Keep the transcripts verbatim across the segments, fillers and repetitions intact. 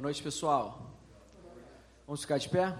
noite, pessoal. Vamos ficar de pé?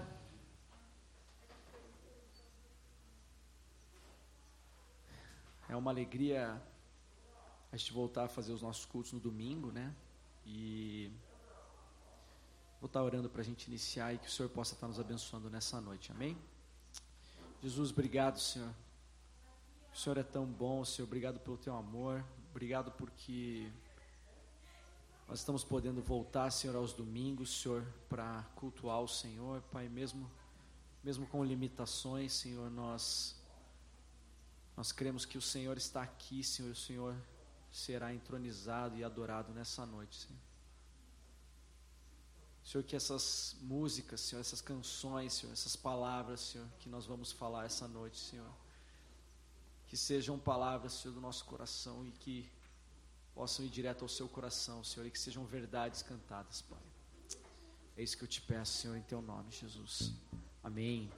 É uma alegria a gente voltar a fazer os nossos cultos no domingo, né? E vou estar orando para a gente iniciar e que o Senhor possa estar nos abençoando nessa noite, amém? Jesus, obrigado, Senhor. O Senhor é tão bom, Senhor. Obrigado pelo teu amor. Obrigado porque nós estamos podendo voltar, Senhor, aos domingos, Senhor, para cultuar o Senhor, Pai, mesmo, mesmo com limitações, Senhor, nós, nós cremos que o Senhor está aqui, Senhor, o Senhor será entronizado e adorado nessa noite, Senhor. Senhor, que essas músicas, Senhor, essas canções, Senhor, essas palavras, Senhor, que nós vamos falar essa noite, Senhor, que sejam palavras, Senhor, do nosso coração e que possam ir direto ao seu coração, Senhor, e que sejam verdades cantadas, Pai. É isso que eu te peço, Senhor, em teu nome, Jesus. Amém.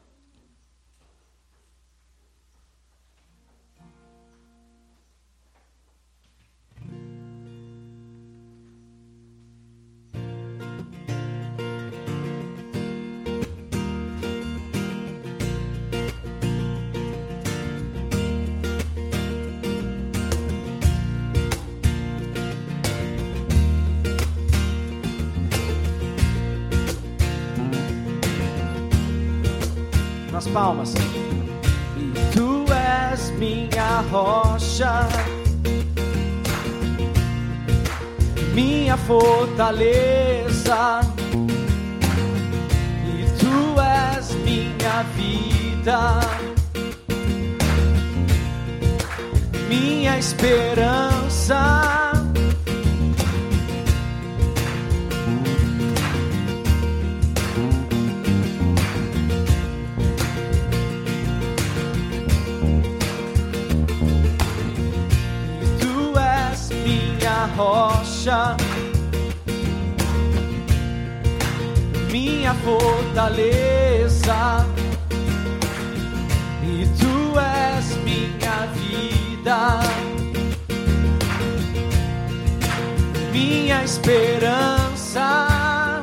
Palmas. E tu és minha rocha, minha fortaleza, e tu és minha vida, minha esperança. Rocha, minha fortaleza, e tu és minha vida, minha esperança,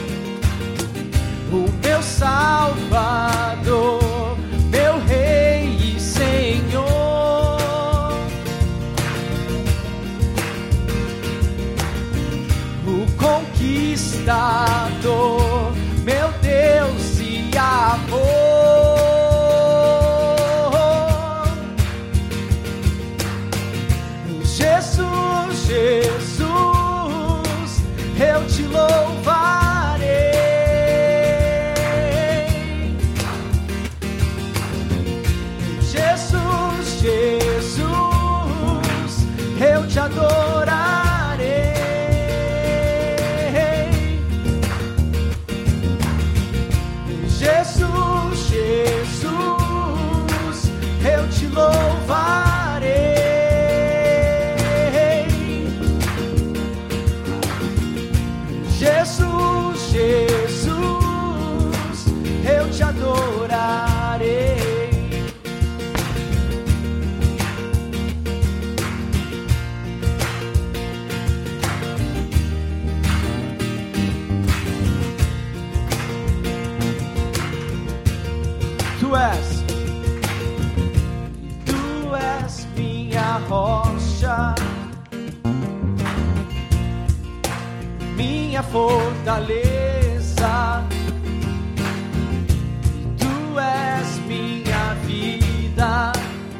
o meu Salvador, meu Rei e Senhor. Conquistador, meu Deus e amor. Jesus, Jesus, eu te louvarei. Jesus, Jesus, eu te adorarei. Jesus, Jesus, eu te louvarei. Jesus, Jesus, eu te adorarei. Tu és, tu és minha rocha, minha fortaleza, tu és minha vida,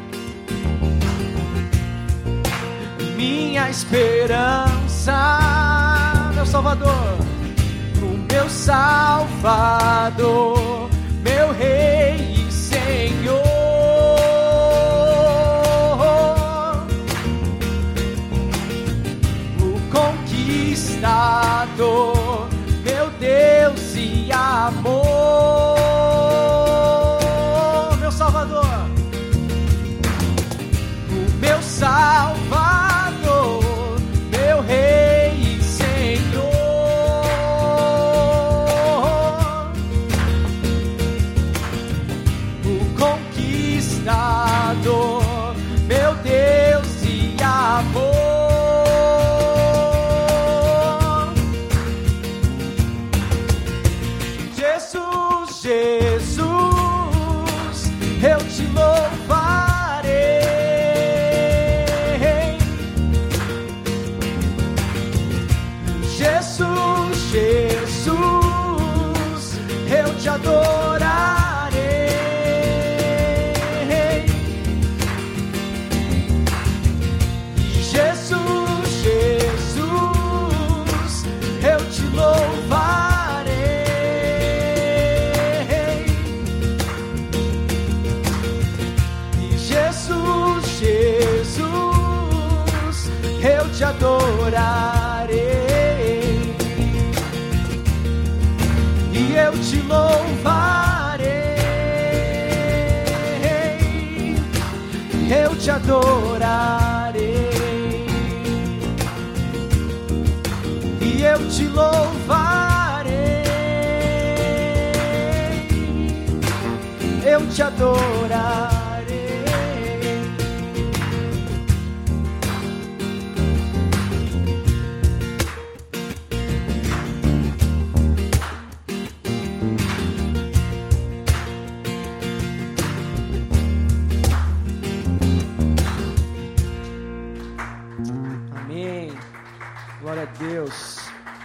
minha esperança, meu Salvador, o meu Salvador, meu Rei e Senhor, o conquistador, meu Deus e amor, meu Salvador, o meu Salvador, meu Rei e Senhor. Meu Deus e amor, te adorarei. Jesus, Jesus, eu te louvarei. Jesus, Jesus, eu te adorarei. E eu te louvarei, eu te adorarei. E eu te louvarei, eu te adorarei. Amém. Glória a Deus.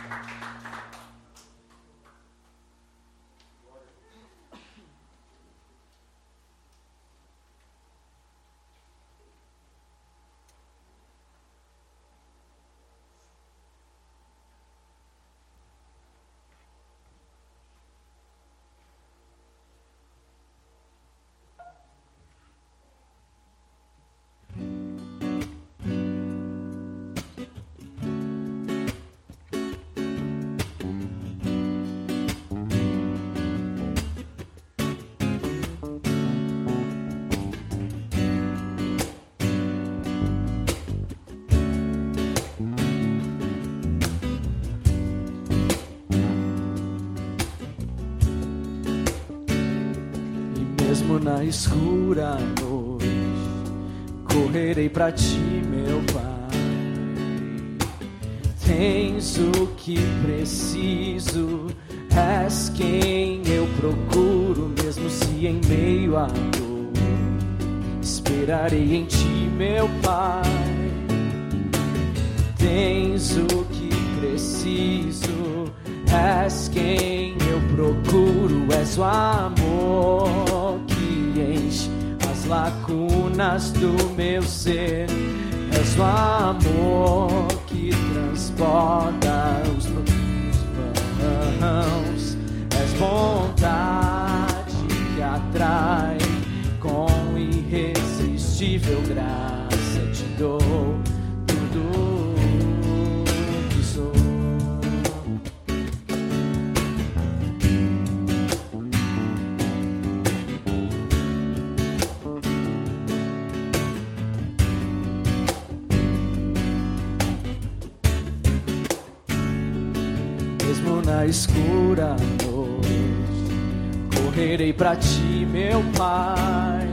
Mesmo na escura noite, correrei pra ti, meu Pai. Tens o que preciso, és quem eu procuro, mesmo se em meio à dor. Esperarei em ti, meu Pai. Tens o que preciso, és quem eu procuro, és o amor que enche as lacunas do meu ser, és o amor que transporta os profundos vãos, és bondade que atrai, com irresistível graça te dou tudo que sou. Na escura noite, correrei pra ti, meu Pai.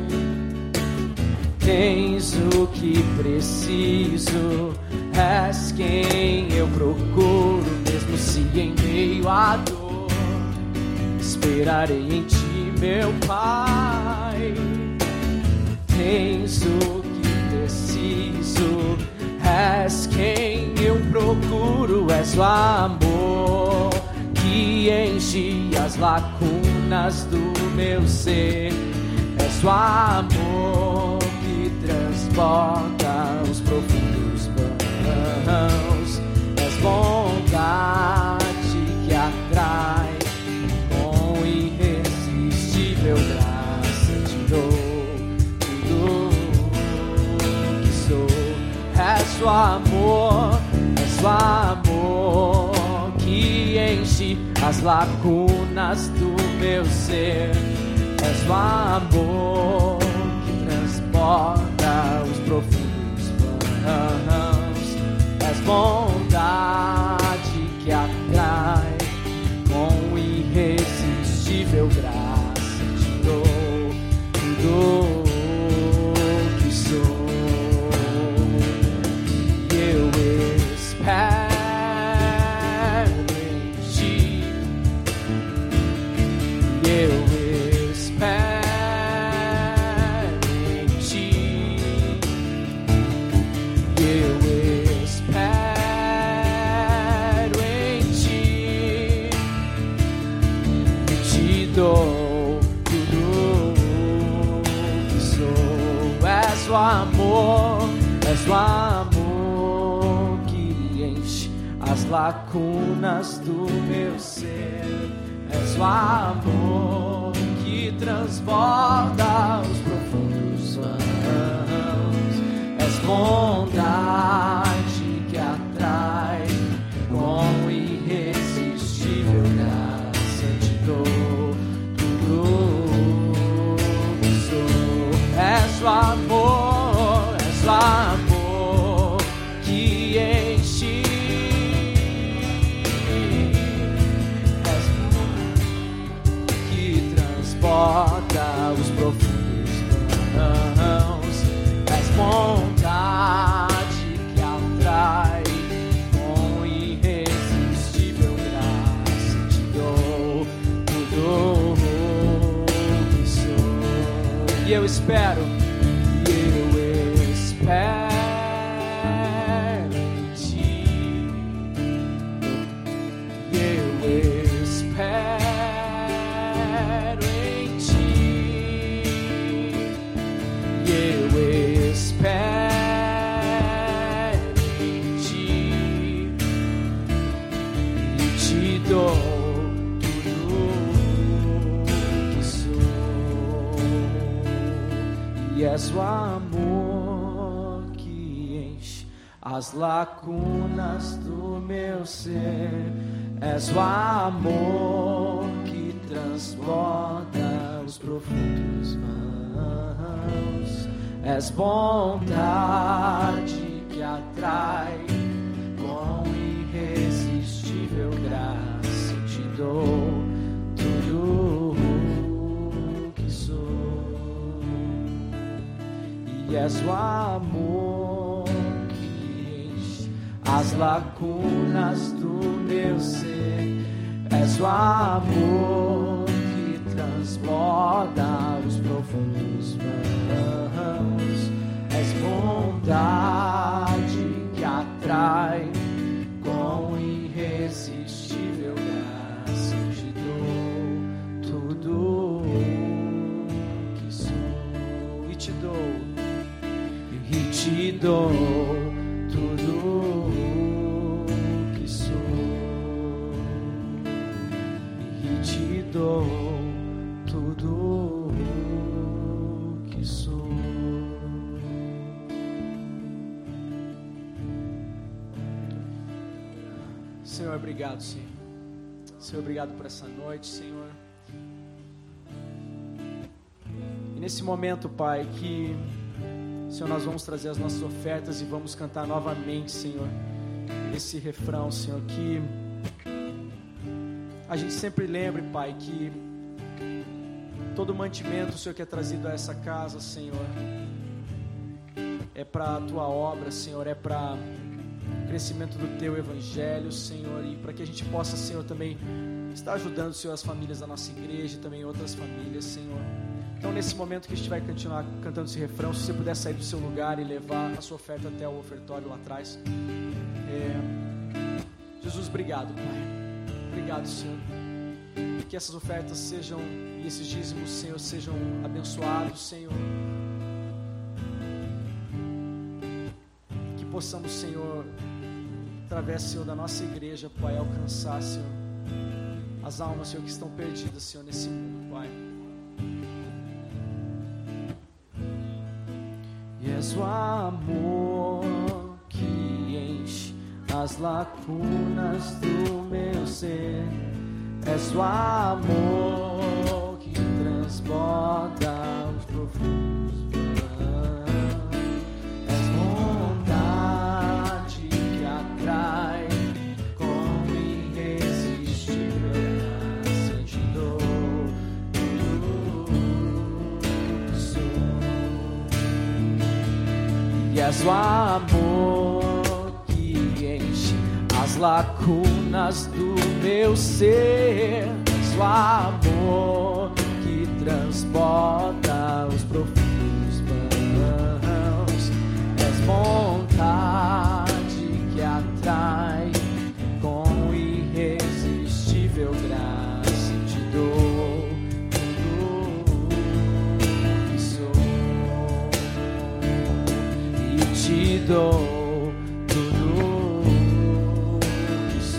Tens o que preciso, és quem eu procuro, mesmo se em meio à dor. Esperarei em ti, meu Pai. Tens o que preciso, és quem eu procuro, és o amor que enche as lacunas do meu ser, és o amor que transporta os profundos vãos, és bondade que atrai, com irresistível graça te dou tudo que sou, és o amor, és o amor que enche as lacunas do meu ser, és o amor que transporta os profundos vãos, és bondade que atrai, com irresistível graça te dou tudo que sou. E eu espero lacunas do meu ser. És o amor que transborda os profundos vãos. És bondade que atrai com irresistível graça. Te dou tudo que sou. És o amor, és o amor que enche. És que transporta os profundos vãos. És bondade que atrai com irresistível graça. Te dou tudo que sou. E eu espero, e eu espero em ti. E eu espero em ti. E eu espero em ti. E te dou tudo que sou. E és o amor que enche as lacunas do meu ser. És o amor que transborda os profundos vãos. És bondade que atrai com irresistível graça. Te dou tudo que sou. E és o amor que enche as lacunas do meu ser. És o amor que transborda os profundos vãos. És bondade que atrai com irresistível graça. Te dou tudo que sou. E te dou, e te dou tudo que sou. E te dou tudo que sou. Senhor, obrigado, Senhor. Senhor, obrigado por essa noite, Senhor. E nesse momento, Pai, que, Senhor, nós vamos trazer as nossas ofertas e vamos cantar novamente, Senhor, esse refrão, Senhor, que a gente sempre lembre, Pai, que todo mantimento, Senhor, que é trazido a essa casa, Senhor, é para a Tua obra, Senhor, é para o crescimento do Teu Evangelho, Senhor, e para que a gente possa, Senhor, também estar ajudando, Senhor, as famílias da nossa igreja e também outras famílias, Senhor. Então, nesse momento que a gente vai continuar cantando esse refrão, se você puder sair do seu lugar e levar a sua oferta até o ofertório lá atrás. É... Jesus, obrigado, Pai. Obrigado, Senhor. Que essas ofertas sejam, e esses dízimos, Senhor, sejam abençoados, Senhor. Que possamos, Senhor, através, Senhor, da nossa igreja, Pai, alcançar, Senhor, as almas, Senhor, que estão perdidas, Senhor, nesse mundo, Pai. E és o amor que enche as lacunas do meu ser. És o amor que transborda os profundos vãos. És bondade que atrai com irresistível graça. Te dou tudo que sou. E és o amor que enche as lacunas do meu ser. És o amor que transborda os profundos vãos. És bondade que atrai com irresistível graça. Te dou tudo que sou. E te dou tudo que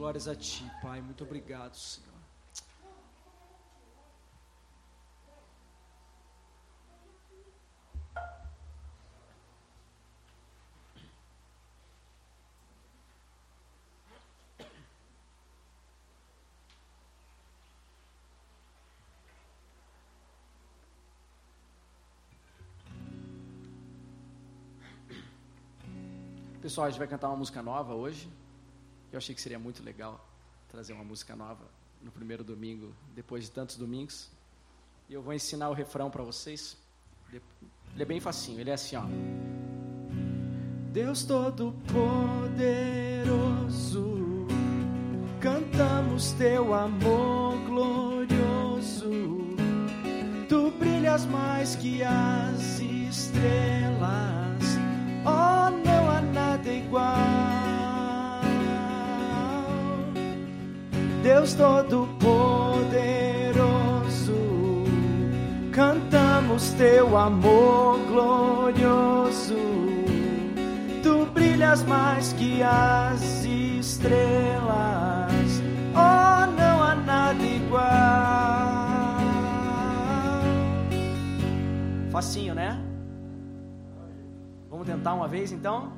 glórias a Ti, Pai. Muito obrigado, Senhor. Pessoal, a gente vai cantar uma música nova hoje. Eu achei que seria muito legal trazer uma música nova no primeiro domingo, depois de tantos domingos. E eu vou ensinar o refrão para vocês. Ele é bem facinho, ele é assim, ó. Deus Todo-Poderoso, cantamos Teu amor glorioso. Tu brilhas mais que as estrelas, oh, não há nada igual. Deus Todo-Poderoso, cantamos Teu amor glorioso. Tu brilhas mais que as estrelas, oh, não há nada igual. Facinho, né? Vamos tentar uma vez, então?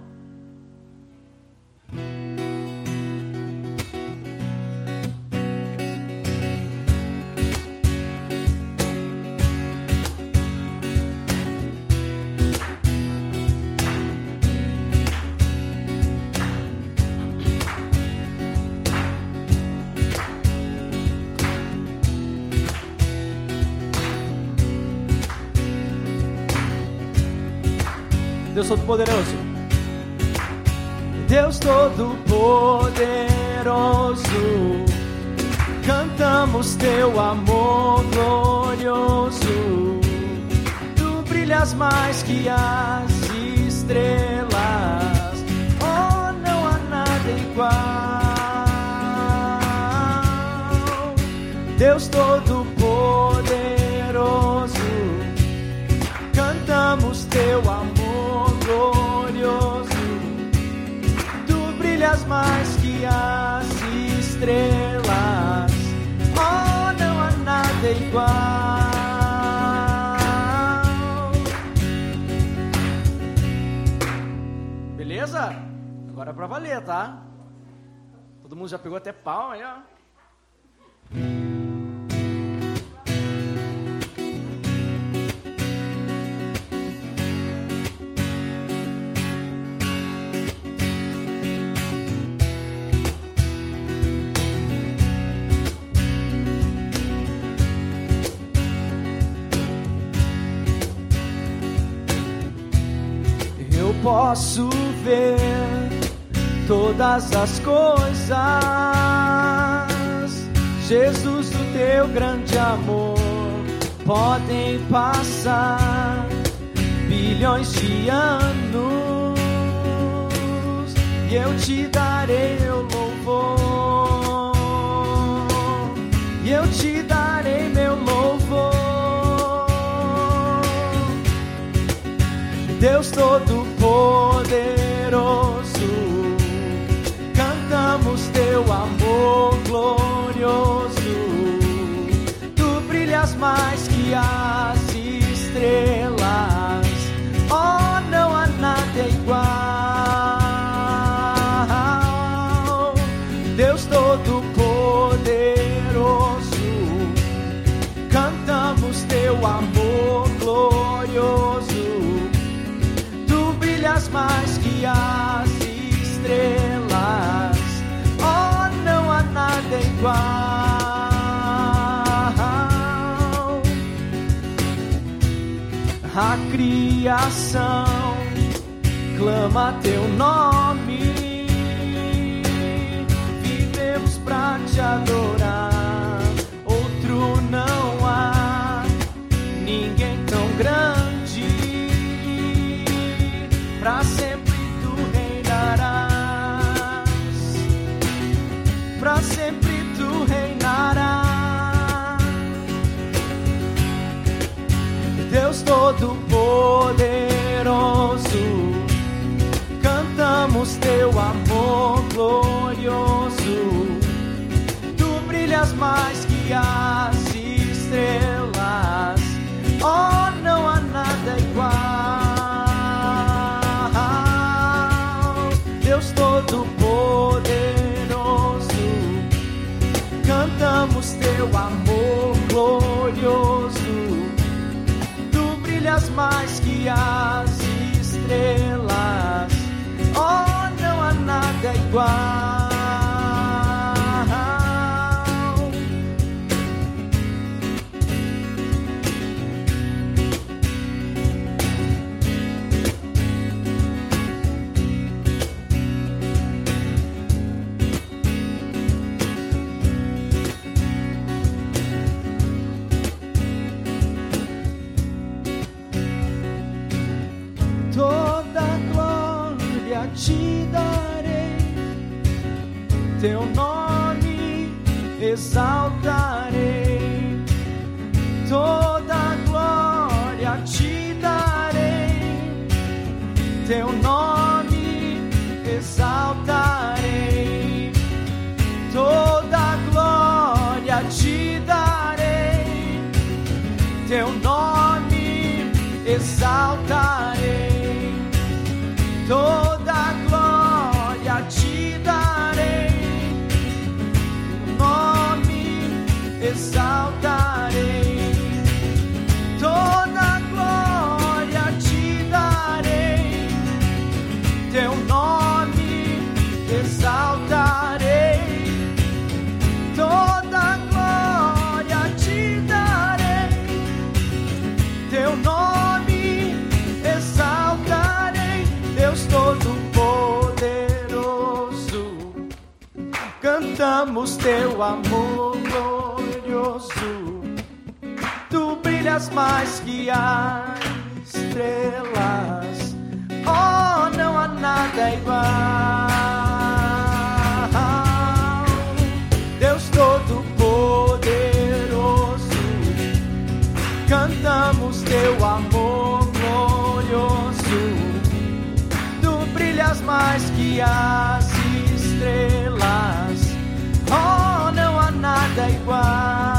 Deus Todo-Poderoso, Deus Todo-Poderoso, cantamos Teu amor glorioso. Tu brilhas mais que as estrelas, oh, não há nada igual. Deus Todo-Poderoso, cantamos Teu amor glorioso. Tu brilhas mais que as estrelas, oh, não há nada igual. Beleza? Agora é pra valer, tá? Todo mundo já pegou até pau aí, ó. Posso ver todas as coisas, Jesus, do Teu grande amor. Podem passar bilhões de anos e eu Te darei meu louvor, e eu Te darei meu louvor. Deus Todo-Poderoso, cantamos Teu amor glorioso. Tu brilhas mais que as estrelas, oh, não há nada igual. Deus Todo-Poderoso, cantamos Teu amor glorioso. Mais que as estrelas, oh, não há nada igual. A criação clama Teu nome, vivemos pra Te adorar. Outro não há, ninguém tão grande. Pra sempre Tu reinarás, pra sempre Tu reinarás. Deus Todo-Poderoso, cantamos Teu amor glorioso. brilhas mais que as estrelas. Oh, não há nada igual. Deus Todo-Poderoso, cantamos teu amor glorioso. Tu brilhas mais que as estrelas. Oh, não há nada igual. Te darei, teu nome exaltarei, toda glória te darei, teu nome exaltarei, toda glória te darei, teu nome exaltarei, toda te darei, nome exaltarei, toda glória te darei, teu nome exaltarei, toda glória te darei, teu nome exaltarei, Deus Todo-Poderoso, cantamos teu amor glorioso. Tu brilhas mais que as estrelas. Oh, não há nada igual. Deus Todo-Poderoso, cantamos teu amor glorioso. Tu brilhas mais que as estrelas. Oh, não há nada igual.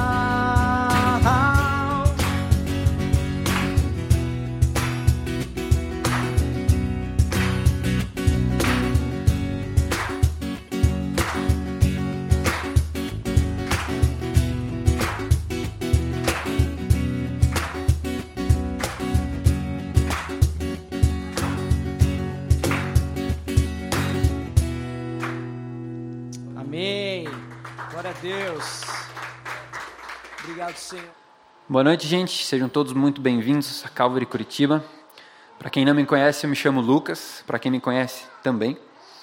Amém. Glória a Deus. Obrigado, Senhor. Boa noite, gente. Sejam todos muito bem-vindos a Calvary Curitiba. Para quem não me conhece, eu me chamo Lucas. Para quem me conhece, também.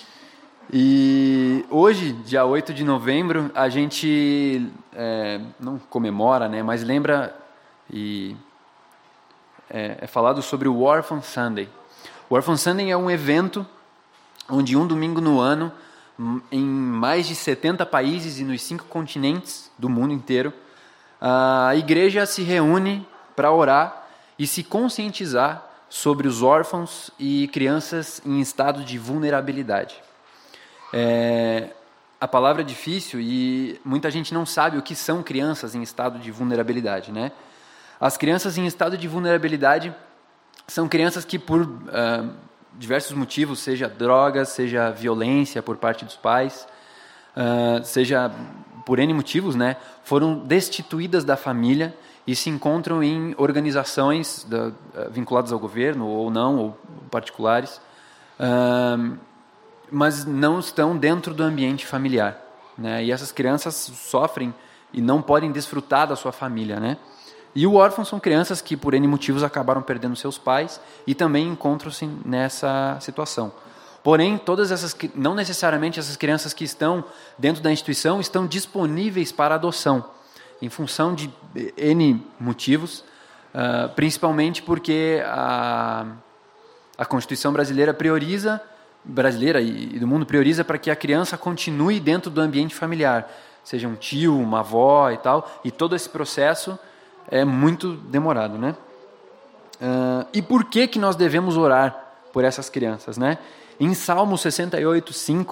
E hoje, dia oito de novembro, a gente é, não comemora, né, mas lembra e é, é falado sobre o Orphan Sunday. O Orphan Sunday é um evento onde um domingo no ano, em mais de setenta países e nos cinco continentes do mundo inteiro, a igreja se reúne para orar e se conscientizar sobre os órfãos e crianças em estado de vulnerabilidade. É, a palavra é difícil e muita gente não sabe o que são crianças em estado de vulnerabilidade, né? As crianças em estado de vulnerabilidade são crianças que, por uh, diversos motivos, seja drogas, seja violência por parte dos pais, uh, seja por N motivos, né, foram destituídas da família e se encontram em organizações da, uh, vinculadas ao governo ou não, ou particulares, uh, mas não estão dentro do ambiente familiar, né? E essas crianças sofrem e não podem desfrutar da sua família, né? E o órfão são crianças que, por N motivos, acabaram perdendo seus pais e também encontram-se nessa situação. Porém, todas essas, não necessariamente essas crianças que estão dentro da instituição estão disponíveis para adoção, em função de N motivos, uh, principalmente porque a, a Constituição brasileira prioriza, brasileira e, e do mundo prioriza para que a criança continue dentro do ambiente familiar, seja um tio, uma avó e tal, e todo esse processo é muito demorado, né? Uh, e por que que nós devemos orar por essas crianças, né? Em Salmo sessenta e oito, cinco,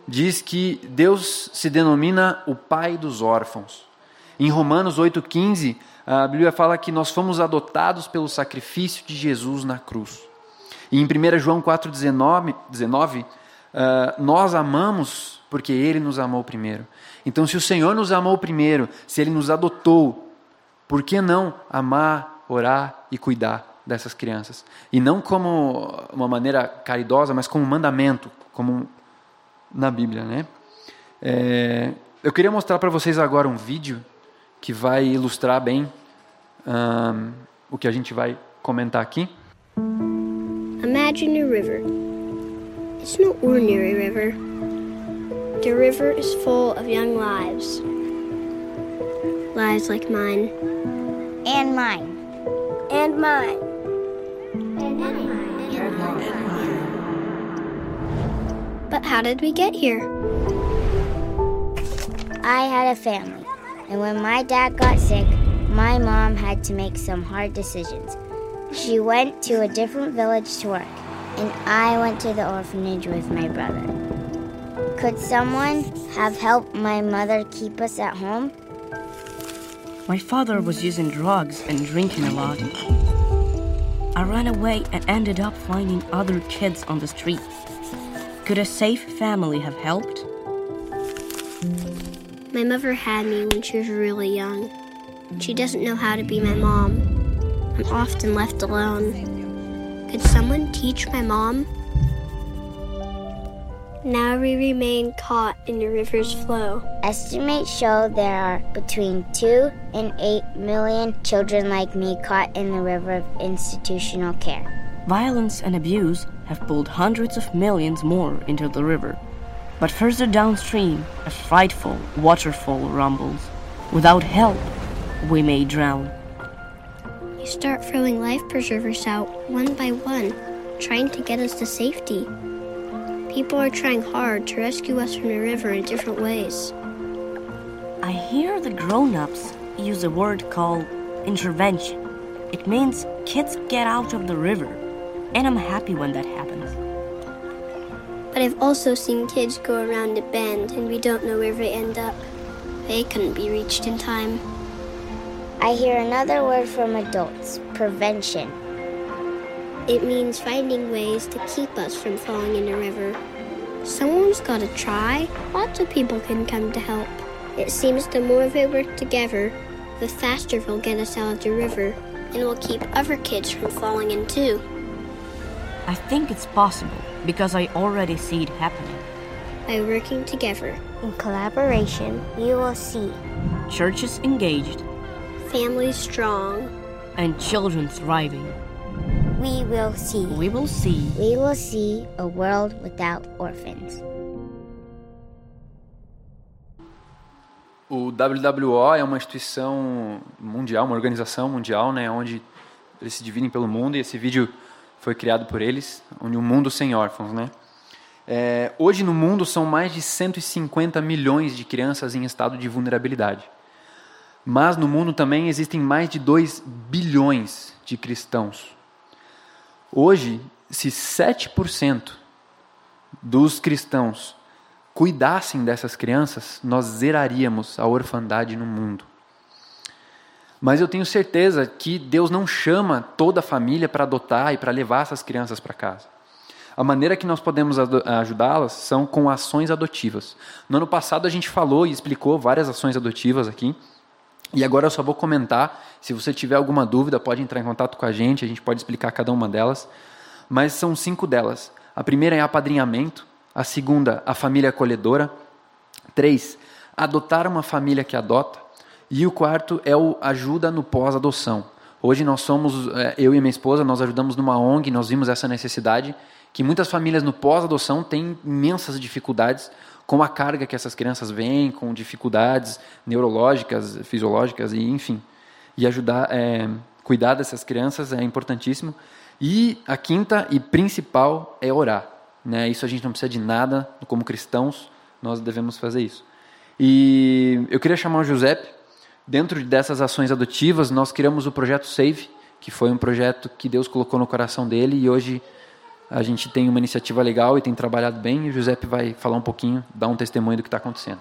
diz que Deus se denomina o Pai dos órfãos. Em Romanos oito, quinze, a Bíblia fala que nós fomos adotados pelo sacrifício de Jesus na cruz. E em primeira João quatro, dezenove, uh, nós amamos porque Ele nos amou primeiro. Então, se o Senhor nos amou primeiro, se Ele nos adotou, por que não amar, orar e cuidar dessas crianças? E não como uma maneira caridosa, mas como um mandamento, como na Bíblia, né? É, eu queria mostrar para vocês agora um vídeo que vai ilustrar bem um, o que a gente vai comentar aqui. Imagine a river. It's no ordinary river. The river is full of young lives. Lives like mine. And mine. And mine. And mine. And mine. But how did we get here? I had a family. And when my dad got sick, my mom had to make some hard decisions. She went to a different village to work, and I went to the orphanage with my brother. Could someone have helped my mother keep us at home? My father was using drugs and drinking a lot. I ran away and ended up finding other kids on the street. Could a safe family have helped? My mother had me when she was really young. She doesn't know how to be my mom. I'm often left alone. Could someone teach my mom? Now we remain caught in the river's flow. Estimates show there are between two and eight million children like me caught in the river of institutional care. Violence and abuse have pulled hundreds of millions more into the river. But further downstream, a frightful waterfall rumbles. Without help, we may drown. You start throwing life preservers out one by one, trying to get us to safety. People are trying hard to rescue us from the river in different ways. I hear the grown-ups use a word called intervention. It means kids get out of the river, and I'm happy when that happens. But I've also seen kids go around a bend and we don't know where they end up. They couldn't be reached in time. I hear another word from adults, prevention. It means finding ways to keep us from falling in the river. Someone's got to try. Lots of people can come to help. It seems the more they work together, the faster they'll get us out of the river, and will keep other kids from falling in too. I think it's possible because I already see it happening. By working together. In collaboration, we will see. Churches engaged. Families strong. And children thriving. We will see. We will see. We will see a world without orphans. O W W O é uma instituição mundial, uma organização mundial, né, onde eles se dividem pelo mundo, e esse vídeo foi criado por eles, onde um mundo sem órfãos, né? É, hoje no mundo são mais de cento e cinquenta milhões de crianças em estado de vulnerabilidade. Mas no mundo também existem mais de dois bilhões de cristãos. Hoje, se sete por cento dos cristãos cuidassem dessas crianças, nós zeraríamos a orfandade no mundo. Mas eu tenho certeza que Deus não chama toda a família para adotar e para levar essas crianças para casa. A maneira que nós podemos ajudá-las são com ações adotivas. No ano passado a gente falou e explicou várias ações adotivas aqui. E agora eu só vou comentar. Se você tiver alguma dúvida, pode entrar em contato com a gente. A gente pode explicar cada uma delas. Mas são cinco delas. A primeira é apadrinhamento. A segunda, a família acolhedora. Três, adotar uma família que adota. E o quarto é o ajuda no pós-adoção. Hoje nós somos, eu e minha esposa, nós ajudamos numa O N G, nós vimos essa necessidade, que muitas famílias no pós-adoção têm imensas dificuldades com a carga que essas crianças vêm, com dificuldades neurológicas, fisiológicas, e enfim. E ajudar, é, cuidar dessas crianças é importantíssimo. E a quinta e principal é orar. Né? Isso a gente não precisa de nada, como cristãos, nós devemos fazer isso. E eu queria chamar o Giuseppe. Dentro dessas ações adotivas, nós criamos o projeto Save, que foi um projeto que Deus colocou no coração dele, e hoje a gente tem uma iniciativa legal e tem trabalhado bem, e o Giuseppe vai falar um pouquinho, dar um testemunho do que está acontecendo.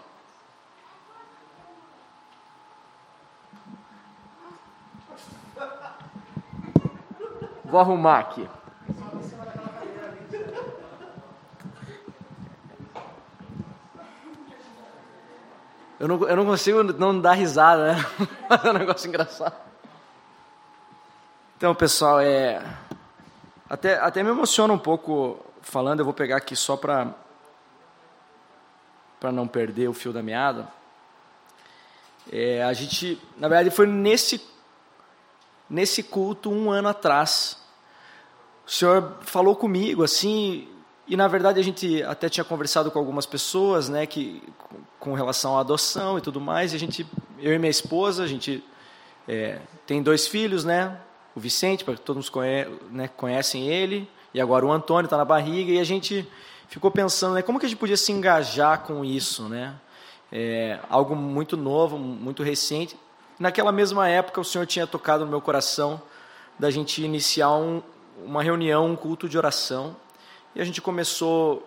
Vou arrumar aqui. Eu não, eu não consigo não dar risada, né? É um negócio engraçado. Então, pessoal, é... Até, até me emociona um pouco falando, eu vou pegar aqui só para para não perder o fio da meada. É, a gente, na verdade, foi nesse, nesse culto um ano atrás. O Senhor falou comigo, assim, e na verdade a gente até tinha conversado com algumas pessoas, né, que, com relação à adoção e tudo mais, e a gente, eu e minha esposa, a gente é, tem dois filhos, né, o Vicente, para todos conhe, né, conhecem ele, e agora o Antônio está na barriga, e a gente ficou pensando, né, como que a gente podia se engajar com isso, né, é, algo muito novo, muito recente. Naquela mesma época o Senhor tinha tocado no meu coração da gente iniciar um, uma reunião, um culto de oração, e a gente começou,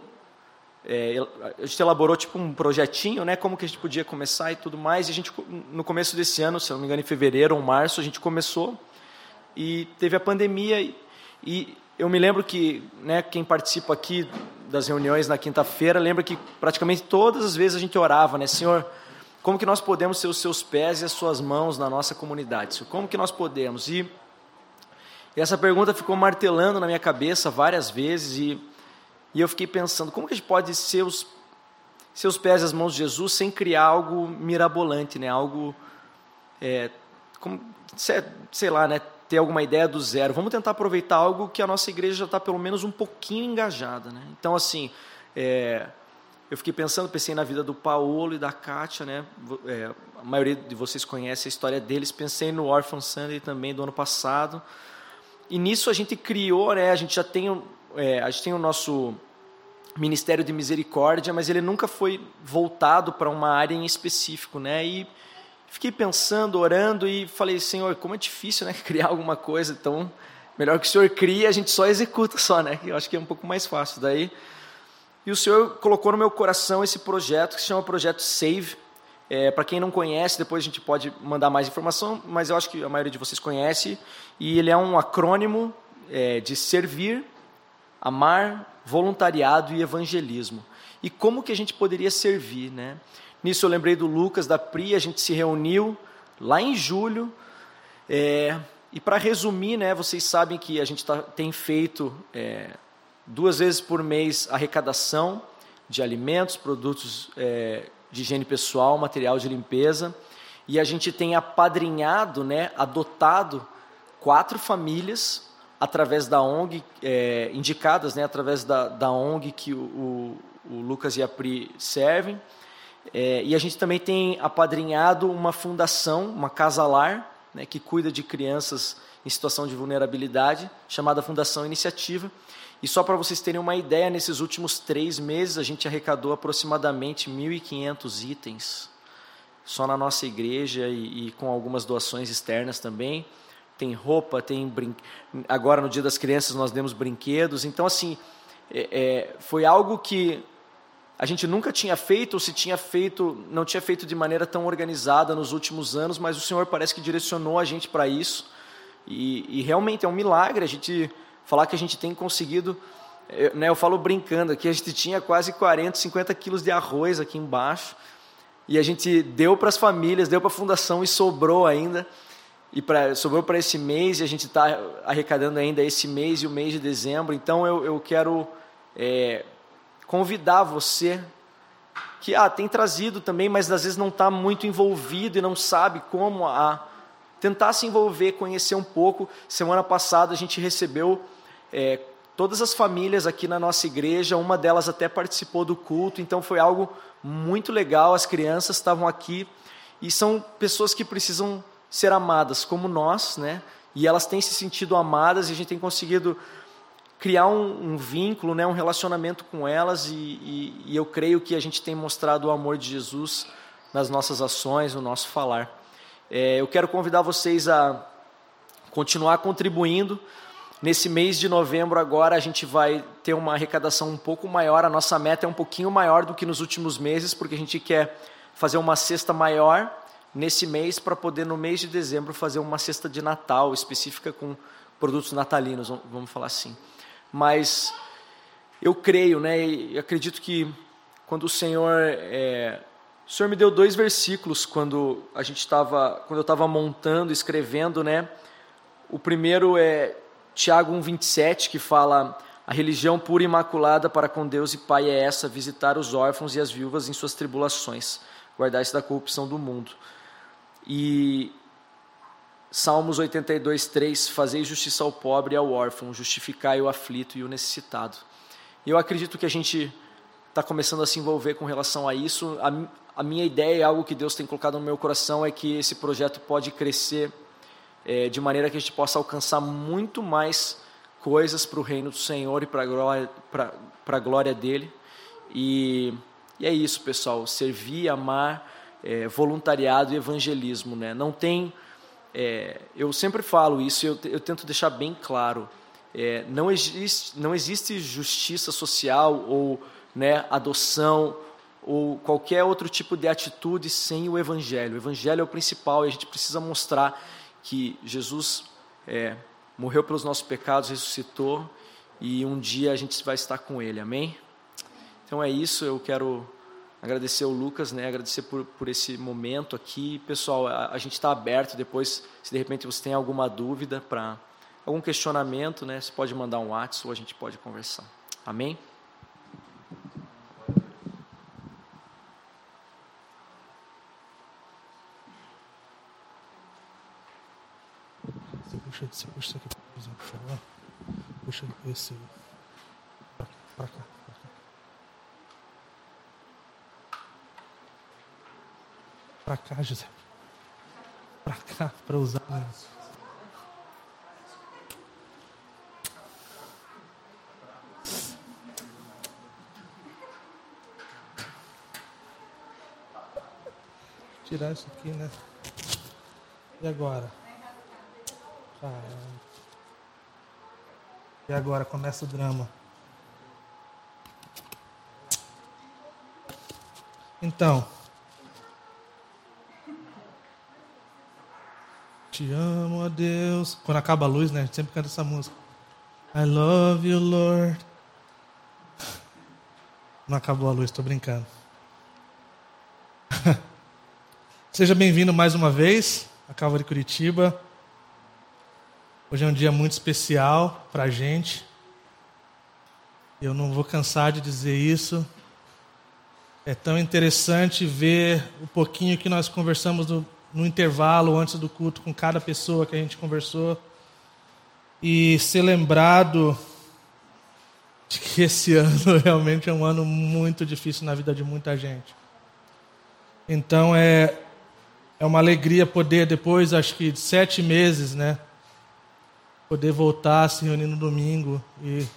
é, a gente elaborou tipo um projetinho, né, como que a gente podia começar e tudo mais, e a gente, no começo desse ano, se não me engano, em fevereiro ou março, a gente começou, e teve a pandemia, e, e eu me lembro que, né, quem participa aqui das reuniões na quinta-feira, lembra que praticamente todas as vezes a gente orava, né, Senhor, como que nós podemos ser os seus pés e as suas mãos na nossa comunidade? Senhor, como que nós podemos? E, e essa pergunta ficou martelando na minha cabeça várias vezes, e, e eu fiquei pensando, como que a gente pode ser os, ser os pés e as mãos de Jesus sem criar algo mirabolante, né, algo, é, como, sei, sei lá, né, ter alguma ideia do zero. Vamos tentar aproveitar algo que a nossa igreja já está pelo menos um pouquinho engajada, né? Então, assim, é, eu fiquei pensando, pensei na vida do Paulo e da Kátia, né? É, a maioria de vocês conhece a história deles. Pensei no Orphan Sunday também do ano passado. E nisso a gente criou, né? A gente já tem, é, a gente tem o nosso Ministério de Misericórdia, mas ele nunca foi voltado para uma área em específico, né? E fiquei pensando, orando, e falei, Senhor, como é difícil, né, criar alguma coisa, então, melhor que o Senhor crie, a gente só executa só, né, eu acho que é um pouco mais fácil. Daí, e o Senhor colocou no meu coração esse projeto, que se chama Projeto Save. É, para quem não conhece, depois a gente pode mandar mais informação, mas eu acho que a maioria de vocês conhece, e ele é um acrônimo é, de servir, amar, voluntariado e evangelismo. E como que a gente poderia servir, né? Nisso eu lembrei do Lucas, da Pri, a gente se reuniu lá em julho, é, e para resumir, né, vocês sabem que a gente tá, tem feito é, duas vezes por mês arrecadação de alimentos, produtos é, de higiene pessoal, material de limpeza, e a gente tem apadrinhado, né, adotado quatro famílias através da O N G, é, indicadas, né, através da, da O N G que o, o, o Lucas e a Pri servem. É, e a gente também tem apadrinhado uma fundação, uma casa-lar, né, que cuida de crianças em situação de vulnerabilidade, chamada Fundação Iniciativa. E só para vocês terem uma ideia, nesses últimos três meses a gente arrecadou aproximadamente mil e quinhentos itens, só na nossa igreja, e, e com algumas doações externas também. Tem roupa, tem brin... agora no Dia das Crianças nós demos brinquedos. Então, assim, é, é, foi algo que a gente nunca tinha feito, ou se tinha feito, não tinha feito de maneira tão organizada nos últimos anos, mas o Senhor parece que direcionou a gente para isso, e, e realmente é um milagre a gente falar que a gente tem conseguido, eu, né, eu falo brincando aqui, a gente tinha quase quarenta, cinquenta quilos de arroz aqui embaixo, e a gente deu para as famílias, deu para a fundação e sobrou ainda, e pra, sobrou para esse mês, e a gente está arrecadando ainda esse mês e o mês de dezembro. Então eu, eu quero... É, convidar você, que ah, tem trazido também, mas às vezes não está muito envolvido e não sabe como, a tentar se envolver, conhecer um pouco. Semana passada a gente recebeu é, todas as famílias aqui na nossa igreja, uma delas até participou do culto, então foi algo muito legal. As crianças estavam aqui, e são pessoas que precisam ser amadas como nós, né? E elas têm se sentido amadas, e a gente tem conseguido criar um, um vínculo, né, um relacionamento com elas, e, e, e eu creio que a gente tem mostrado o amor de Jesus nas nossas ações, no nosso falar. É, eu quero convidar vocês a continuar contribuindo. nesse mês de novembro agora a gente vai ter uma arrecadação um pouco maior, a nossa meta é um pouquinho maior do que nos últimos meses, porque a gente quer fazer uma cesta maior nesse mês para poder no mês de dezembro fazer uma cesta de Natal específica com produtos natalinos, vamos falar assim. Mas eu creio, né, e acredito que quando o Senhor, é, o Senhor me deu dois versículos quando a gente estava, quando eu estava montando, escrevendo, né? O primeiro é Tiago um, vinte e sete, que fala: a religião pura e imaculada para com Deus e Pai é essa, visitar os órfãos e as viúvas em suas tribulações, guardar-se da corrupção do mundo. E Salmos oitenta e dois, três, fazei justiça ao pobre e ao órfão, justificai o aflito e o necessitado. E eu acredito que a gente está começando a se envolver com relação a isso. A, a minha ideia, algo que Deus tem colocado no meu coração, é que esse projeto pode crescer é, de maneira que a gente possa alcançar muito mais coisas para o reino do Senhor e para a glória, para, para a glória dele. E, e é isso, pessoal, servir, amar, é, voluntariado e evangelismo, né? Não tem, é, eu sempre falo isso, eu, eu tento deixar bem claro, é, não, existe, não existe justiça social ou, né, adoção ou qualquer outro tipo de atitude sem o evangelho. O evangelho é o principal e a gente precisa mostrar que Jesus é, morreu pelos nossos pecados, ressuscitou e um dia a gente vai estar com Ele, amém? Então é isso, eu quero agradecer ao Lucas, né, agradecer por, por esse momento aqui. Pessoal, a, a gente está aberto depois, se de repente você tem alguma dúvida, para algum questionamento, né, você pode mandar um WhatsApp ou a gente pode conversar, amém? Puxa, você puxa isso aqui, por favor. Puxa esse pra, pra cá, pra cá. Pra cá, José. Pra cá, pra usar. Tirar isso aqui, né? E agora? Caramba. E agora começa o drama. Então, te amo, ó Deus. Quando acaba a luz, né? A gente sempre canta essa música. I love you, Lord. Não acabou a luz, tô brincando. Seja bem-vindo mais uma vez à Calvary Curitiba. Hoje é um dia muito especial para a gente. Eu não vou cansar de dizer isso. É tão interessante ver o pouquinho que nós conversamos no, no intervalo, antes do culto, com cada pessoa que a gente conversou. E ser lembrado de que esse ano realmente é um ano muito difícil na vida de muita gente. Então é, é uma alegria poder, depois, acho que de sete meses, né? Poder voltar a se reunir no domingo. E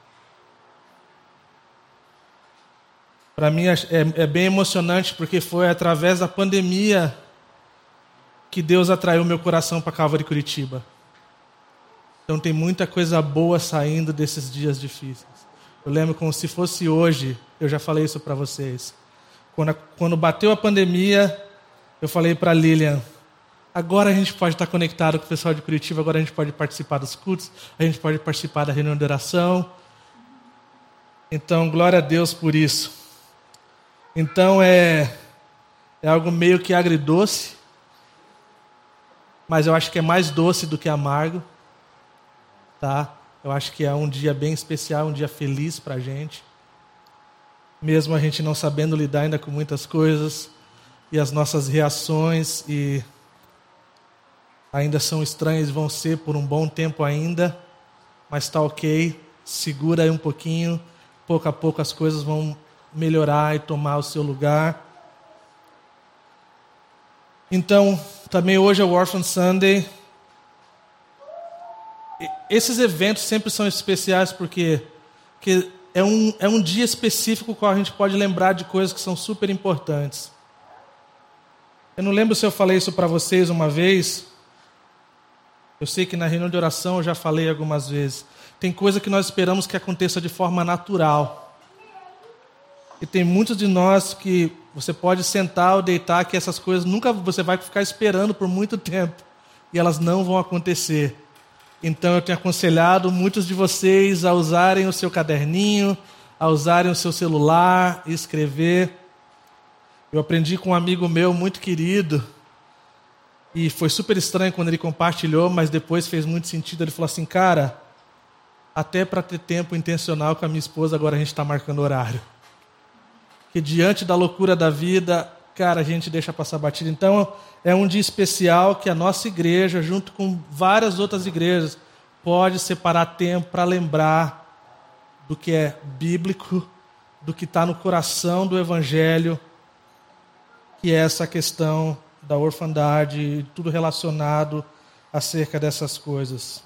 para mim é, é bem emocionante, porque foi através da pandemia que Deus atraiu meu coração para Calvary Curitiba. Então tem muita coisa boa saindo desses dias difíceis. Eu lembro como se fosse hoje, eu já falei isso para vocês. Quando, quando bateu a pandemia, eu falei para Lilian: agora a gente pode estar conectado com o pessoal de Curitiba, agora a gente pode participar dos cultos, a gente pode participar da reunião de oração. Então, glória a Deus por isso. Então, é, é algo meio que agridoce, mas eu acho que é mais doce do que amargo. Tá? Eu acho que é um dia bem especial, um dia feliz para a gente. Mesmo a gente não sabendo lidar ainda com muitas coisas, e as nossas reações e ainda são estranhas, vão ser por um bom tempo ainda, mas está ok, segura aí um pouquinho, pouco a pouco as coisas vão melhorar e tomar o seu lugar. Então, também hoje é o Orphan Sunday. Esses eventos sempre são especiais porque, porque é, um, é um dia específico qual a gente pode lembrar de coisas que são super importantes. Eu não lembro se eu falei isso para vocês uma vez, Eu sei que na reunião de oração eu já falei algumas vezes. Tem coisa que nós esperamos que aconteça de forma natural. E tem muitos de nós que você pode sentar ou deitar que essas coisas nunca você vai ficar esperando por muito tempo. E elas não vão acontecer. Então eu tenho aconselhado muitos de vocês a usarem o seu caderninho, a usarem o seu celular e escrever. Eu aprendi com um amigo meu muito querido. E foi super estranho quando ele compartilhou, mas depois fez muito sentido. Ele falou assim, cara, até para ter tempo intencional com a minha esposa, agora a gente está marcando horário. Que diante da loucura da vida, cara, a gente deixa passar batida. Então, é um dia especial que a nossa igreja, junto com várias outras igrejas, pode separar tempo para lembrar do que é bíblico, do que está no coração do Evangelho, que é essa questão da orfandade e tudo relacionado acerca dessas coisas.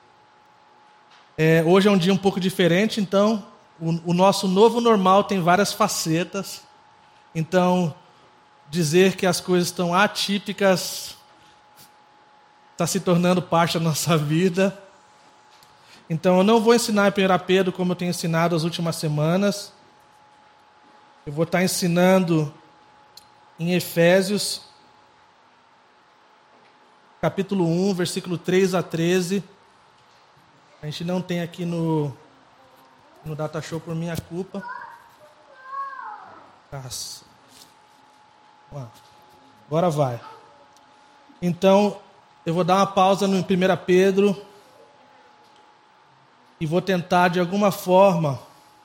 É, hoje é um dia um pouco diferente, então o, o nosso novo normal tem várias facetas. Então, dizer que as coisas estão atípicas está se tornando parte da nossa vida. Então, eu não vou ensinar em primeira Pedro como eu tenho ensinado as últimas semanas. Eu vou estar ensinando em Efésios, capítulo um, versículo três a treze. A gente não tem aqui no, no Data Show por minha culpa. Nossa. Agora vai. Então, eu vou dar uma pausa no primeira Pedro e vou tentar, de alguma forma...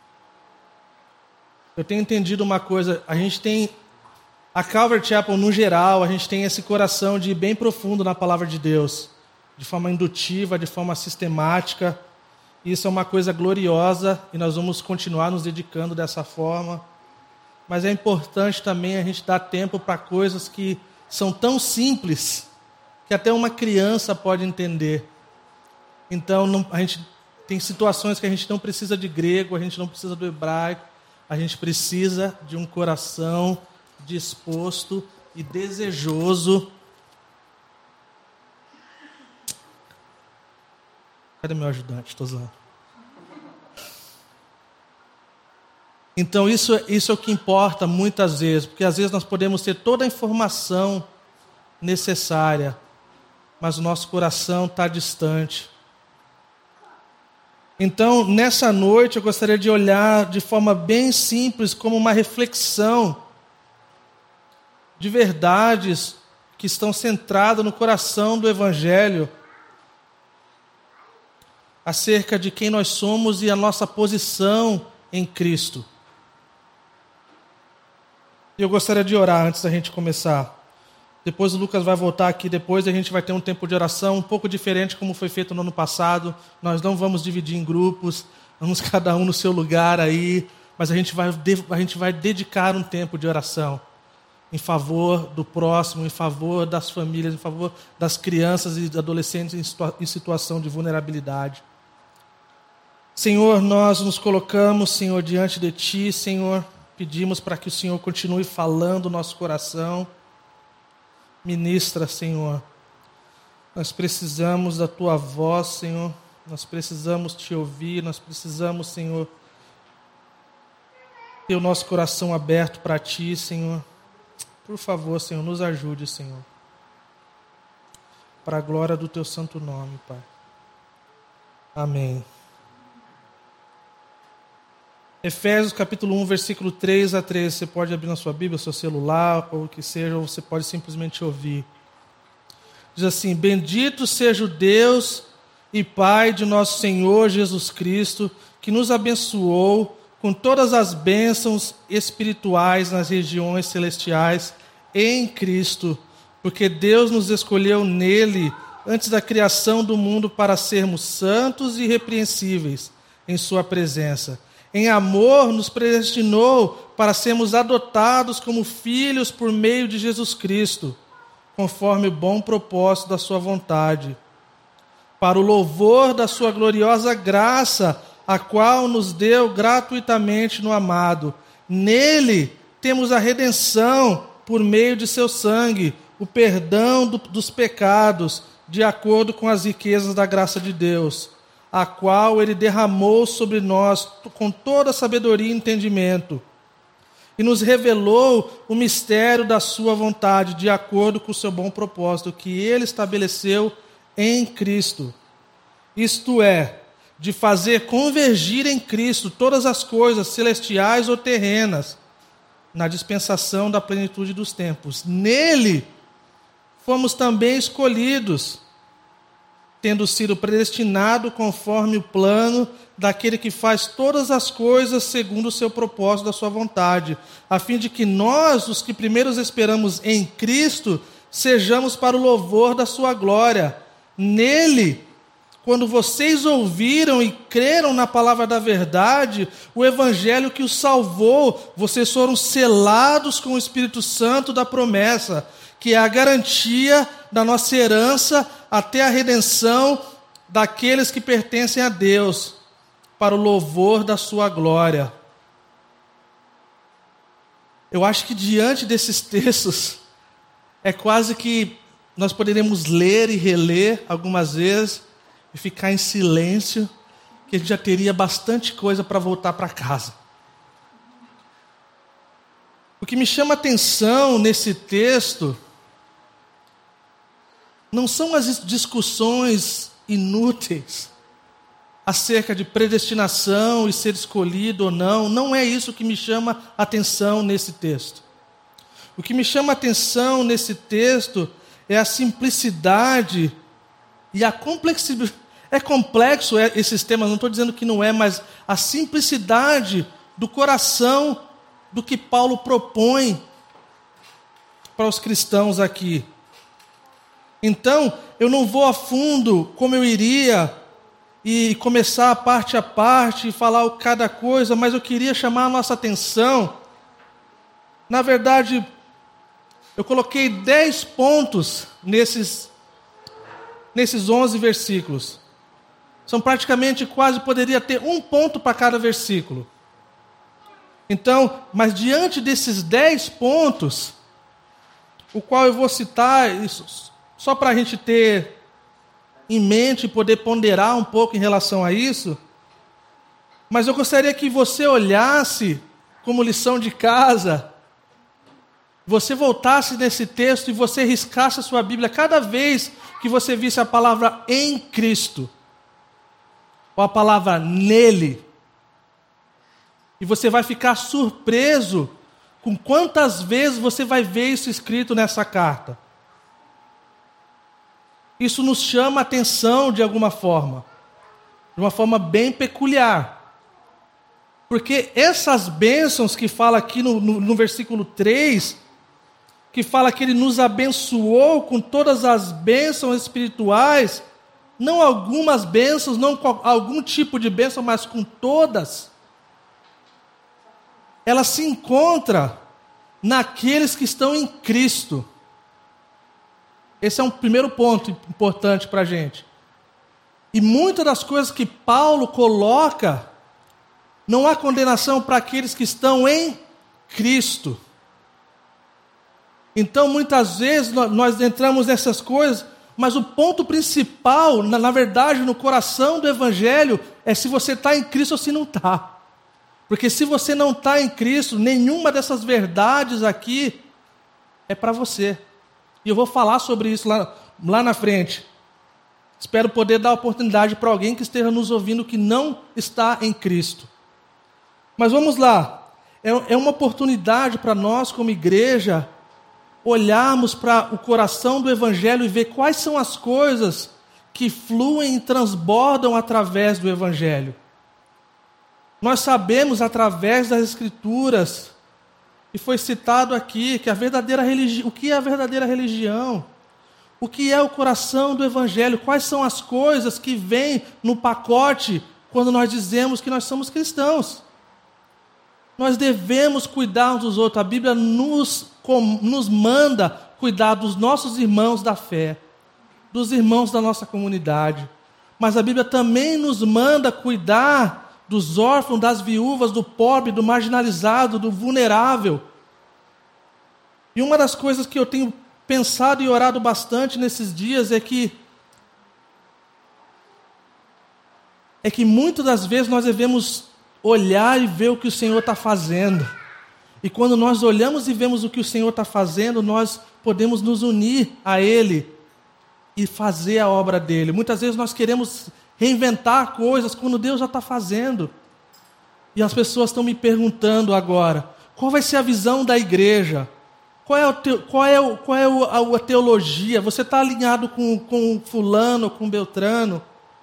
Eu tenho entendido uma coisa, a gente tem... A Calvary Chapel, no geral, a gente tem esse coração de ir bem profundo na palavra de Deus, de forma indutiva, de forma sistemática. Isso é uma coisa gloriosa e nós vamos continuar nos dedicando dessa forma. Mas é importante também a gente dar tempo para coisas que são tão simples que até uma criança pode entender. Então, não, a gente tem situações que a gente não precisa de grego, a gente não precisa do hebraico, a gente precisa de um coração disposto e desejoso. Cadê meu ajudante? Estou zoando. Então isso, isso é o que importa muitas vezes, porque às vezes nós podemos ter toda a informação necessária, mas o nosso coração está distante. Então, nessa noite, eu gostaria de olhar de forma bem simples, como uma reflexão de verdades que estão centradas no coração do Evangelho, acerca de quem nós somos e a nossa posição em Cristo. E eu gostaria de orar antes da gente começar. Depois o Lucas vai voltar aqui, depois a gente vai ter um tempo de oração um pouco diferente como foi feito no ano passado. Nós não vamos dividir em grupos, vamos cada um no seu lugar aí, mas a gente vai, a gente vai dedicar um tempo de oração em favor do próximo, em favor das famílias, em favor das crianças e adolescentes em, situa- em situação de vulnerabilidade. Senhor, nós nos colocamos, Senhor, diante de Ti, Senhor, pedimos para que o Senhor continue falando o nosso coração. Ministra, Senhor. Nós precisamos da Tua voz, Senhor. Nós precisamos Te ouvir. Nós precisamos, Senhor, ter o nosso coração aberto para Ti, Senhor. Por favor, Senhor, nos ajude, Senhor. Para a glória do Teu santo nome, Pai. Amém. Efésios capítulo um, versículo três a treze. Você pode abrir na sua Bíblia, seu celular, ou o que seja, ou você pode simplesmente ouvir. Diz assim: Bendito seja o Deus e Pai de nosso Senhor Jesus Cristo, que nos abençoou com todas as bênçãos espirituais nas regiões celestiais em Cristo, porque Deus nos escolheu nele antes da criação do mundo para sermos santos e irrepreensíveis em sua presença. Em amor nos predestinou para sermos adotados como filhos por meio de Jesus Cristo, conforme o bom propósito da sua vontade, para o louvor da sua gloriosa graça, a qual nos deu gratuitamente no amado. Nele temos a redenção por meio de seu sangue, o perdão do, dos pecados, de acordo com as riquezas da graça de Deus, a qual Ele derramou sobre nós com toda sabedoria e entendimento, e nos revelou o mistério da sua vontade, de acordo com o seu bom propósito, que Ele estabeleceu em Cristo. Isto é, de fazer convergir em Cristo todas as coisas, celestiais ou terrenas, na dispensação da plenitude dos tempos. Nele fomos também escolhidos, tendo sido predestinado conforme o plano daquele que faz todas as coisas segundo o seu propósito da sua vontade, a fim de que nós, os que primeiros esperamos em Cristo, sejamos para o louvor da sua glória. Nele, quando vocês ouviram e creram na palavra da verdade, o evangelho que os salvou, vocês foram selados com o Espírito Santo da promessa, que é a garantia da nossa herança até a redenção daqueles que pertencem a Deus, para o louvor da sua glória. Eu acho que diante desses textos, é quase que nós poderemos ler e reler algumas vezes, e ficar em silêncio, que a gente já teria bastante coisa para voltar para casa. O que me chama a atenção nesse texto não são as discussões inúteis acerca de predestinação e ser escolhido ou não. Não é isso que me chama a atenção nesse texto. O que me chama a atenção nesse texto é a simplicidade e a complexidade. É complexo esses temas, não estou dizendo que não é, mas a simplicidade do coração do que Paulo propõe para os cristãos aqui. Então, eu não vou a fundo como eu iria e começar parte a parte e falar cada coisa, mas eu queria chamar a nossa atenção. Na verdade, eu coloquei dez pontos nesses, nesses onze versículos. São praticamente quase, poderia ter um ponto para cada versículo. Então, mas diante desses dez pontos, o qual eu vou citar, isso, só para a gente ter em mente e poder ponderar um pouco em relação a isso, mas eu gostaria que você olhasse como lição de casa, você voltasse nesse texto e você riscasse a sua Bíblia cada vez que você visse a palavra em Cristo, ou a palavra nele, e você vai ficar surpreso com quantas vezes você vai ver isso escrito nessa carta. Isso nos chama a atenção de alguma forma, de uma forma bem peculiar. Porque essas bênçãos que fala aqui no, no, no versículo três, que fala que Ele nos abençoou com todas as bênçãos espirituais, não algumas bênçãos, não algum tipo de bênção, mas com todas, ela se encontra naqueles que estão em Cristo. Esse é um primeiro ponto importante para a gente. E muitas das coisas que Paulo coloca, não há condenação para aqueles que estão em Cristo. Então, muitas vezes, nós entramos nessas coisas, mas o ponto principal, na, na verdade, no coração do Evangelho, é se você está em Cristo ou se não está. Porque se você não está em Cristo, nenhuma dessas verdades aqui é para você. E eu vou falar sobre isso lá, lá na frente. Espero poder dar oportunidade para alguém que esteja nos ouvindo que não está em Cristo. Mas vamos lá. É, é uma oportunidade para nós, como igreja, olharmos para o coração do Evangelho e ver quais são as coisas que fluem e transbordam através do Evangelho. Nós sabemos, através das Escrituras, e foi citado aqui, que a verdadeira religi... o que é a verdadeira religião? O que é o coração do Evangelho? Quais são as coisas que vêm no pacote quando nós dizemos que nós somos cristãos? Nós devemos cuidar uns dos outros. A Bíblia nos, com... nos manda cuidar dos nossos irmãos da fé, dos irmãos da nossa comunidade. Mas a Bíblia também nos manda cuidar dos órfãos, das viúvas, do pobre, do marginalizado, do vulnerável. E uma das coisas que eu tenho pensado e orado bastante nesses dias é que é que muitas das vezes nós devemos olhar e ver o que o Senhor está fazendo. E quando nós olhamos e vemos o que o Senhor está fazendo, nós podemos nos unir a Ele e fazer a obra dEle. Muitas vezes nós queremos reinventar coisas quando Deus já está fazendo. E as pessoas estão me perguntando agora, qual vai ser a visão da igreja? Qual é, o teo, qual é, o, qual é o, a, a teologia? Você está alinhado com, com fulano, com Beltrano?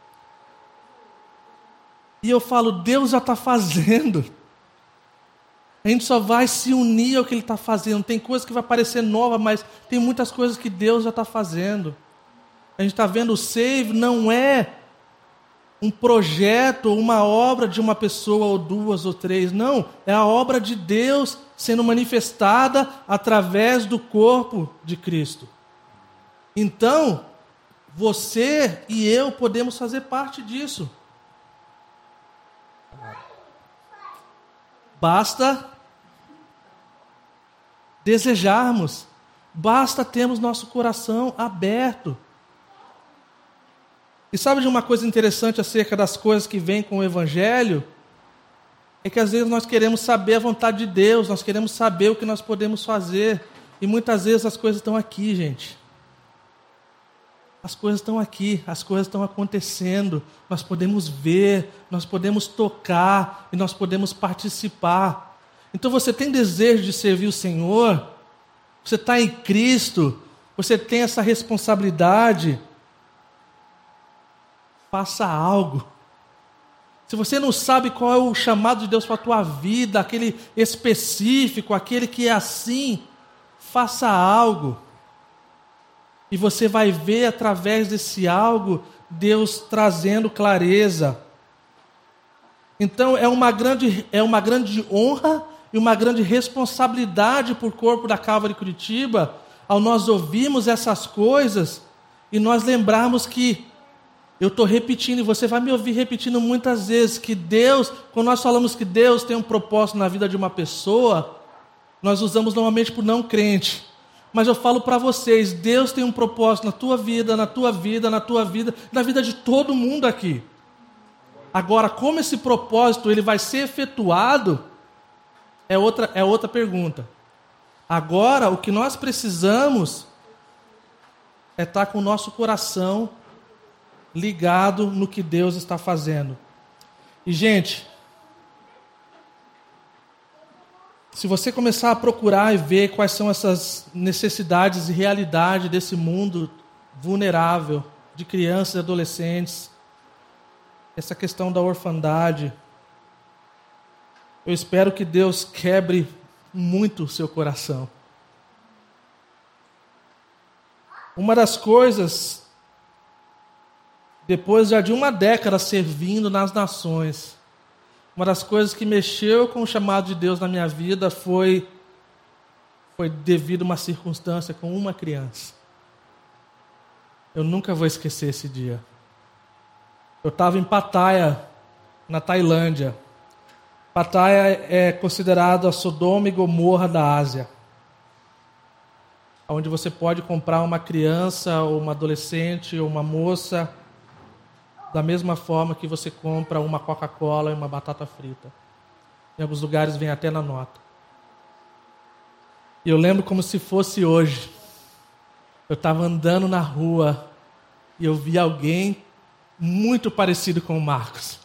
E eu falo, Deus já está fazendo. A gente só vai se unir ao que Ele está fazendo. Tem coisas que vai parecer nova, mas tem muitas coisas que Deus já está fazendo. A gente está vendo o Save não é um projeto, uma obra de uma pessoa, ou duas, ou três. Não, é a obra de Deus sendo manifestada através do corpo de Cristo. Então, você e eu podemos fazer parte disso. Basta desejarmos, basta termos nosso coração aberto. E sabe de uma coisa interessante acerca das coisas que vêm com o Evangelho? É que às vezes nós queremos saber a vontade de Deus, nós queremos saber o que nós podemos fazer. E muitas vezes as coisas estão aqui, gente. As coisas estão aqui, as coisas estão acontecendo. Nós podemos ver, nós podemos tocar e nós podemos participar. Então você tem desejo de servir o Senhor? Você está em Cristo? Você tem essa responsabilidade? Faça algo. Se você não sabe qual é o chamado de Deus para a tua vida, aquele específico, aquele que é assim, faça algo. E você vai ver através desse algo, Deus trazendo clareza. Então é uma grande, é uma grande honra e uma grande responsabilidade para o corpo da Calvary Curitiba, ao nós ouvirmos essas coisas e nós lembrarmos que eu estou repetindo, e você vai me ouvir repetindo muitas vezes, que Deus, quando nós falamos que Deus tem um propósito na vida de uma pessoa, nós usamos normalmente por não crente. Mas eu falo para vocês, Deus tem um propósito na tua vida, na tua vida, na tua vida, na vida de todo mundo aqui. Agora, como esse propósito ele vai ser efetuado, é outra, é outra pergunta. Agora, o que nós precisamos é estar com o nosso coração ligado no que Deus está fazendo. E, gente, se você começar a procurar e ver quais são essas necessidades e realidade desse mundo vulnerável, de crianças e adolescentes, essa questão da orfandade, eu espero que Deus quebre muito o seu coração. Uma das coisas, depois já de uma década servindo nas nações, uma das coisas que mexeu com o chamado de Deus na minha vida foi, foi devido a uma circunstância com uma criança. Eu nunca vou esquecer esse dia. Eu estava em Pattaya, na Tailândia. Pattaya é considerado a Sodoma e Gomorra da Ásia, onde você pode comprar uma criança, ou uma adolescente, ou uma moça, da mesma forma que você compra uma Coca-Cola e uma batata frita. Em alguns lugares vem até na nota. E eu lembro como se fosse hoje. Eu estava andando na rua e eu vi alguém muito parecido com o Marcos.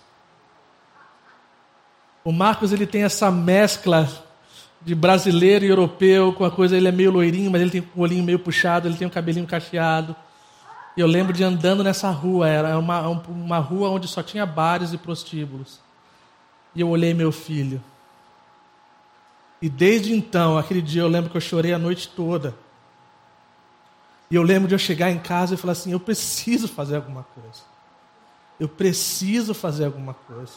O Marcos ele tem essa mescla de brasileiro e europeu, com a coisa, ele é meio loirinho, mas ele tem o olhinho meio puxado, ele tem o cabelinho cacheado. E eu lembro de andando nessa rua, era uma, uma rua onde só tinha bares e prostíbulos. E eu olhei meu filho. E desde então, aquele dia eu lembro que eu chorei a noite toda. E eu lembro de eu chegar em casa e falar assim, eu preciso fazer alguma coisa. Eu preciso fazer alguma coisa.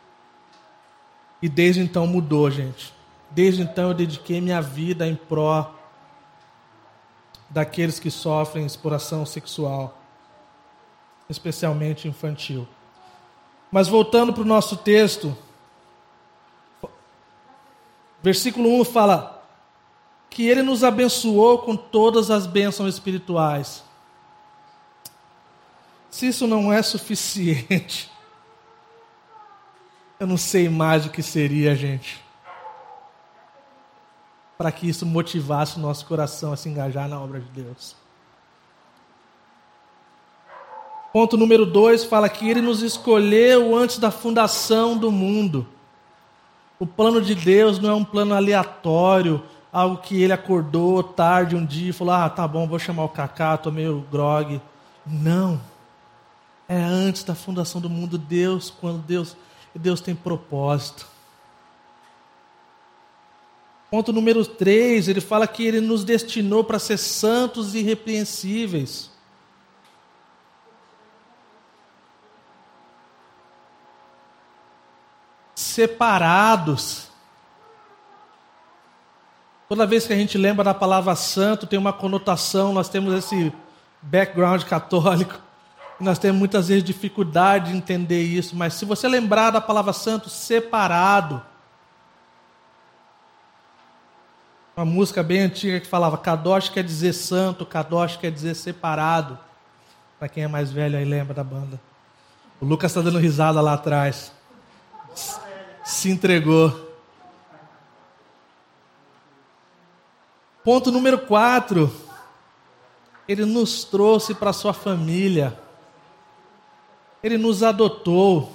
E desde então mudou, gente. Desde então eu dediquei minha vida em pró daqueles que sofrem exploração sexual, especialmente infantil. Mas voltando para o nosso texto, versículo um fala, que Ele nos abençoou com todas as bênçãos espirituais. Se isso não é suficiente, eu não sei mais o que seria, gente, para que isso motivasse o nosso coração a se engajar na obra de Deus. Ponto número dois fala que Ele nos escolheu antes da fundação do mundo. O plano de Deus não é um plano aleatório, algo que Ele acordou tarde um dia e falou, ah, tá bom, vou chamar o Cacá, tô meio grogue. Não. É antes da fundação do mundo. Deus, quando Deus, Deus tem propósito. Ponto número três, ele fala que Ele nos destinou para ser santos e irrepreensíveis. Separados. Toda vez que a gente lembra da palavra santo, tem uma conotação, nós temos esse background católico, nós temos muitas vezes dificuldade de entender isso, mas se você lembrar da palavra santo, separado. Uma música bem antiga que falava, Kadosh quer dizer santo, Kadosh quer dizer separado. Para quem é mais velho aí lembra da banda. O Lucas está dando risada lá atrás. Se entregou. Ponto número quatro. Ele nos trouxe para a sua família. Ele nos adotou.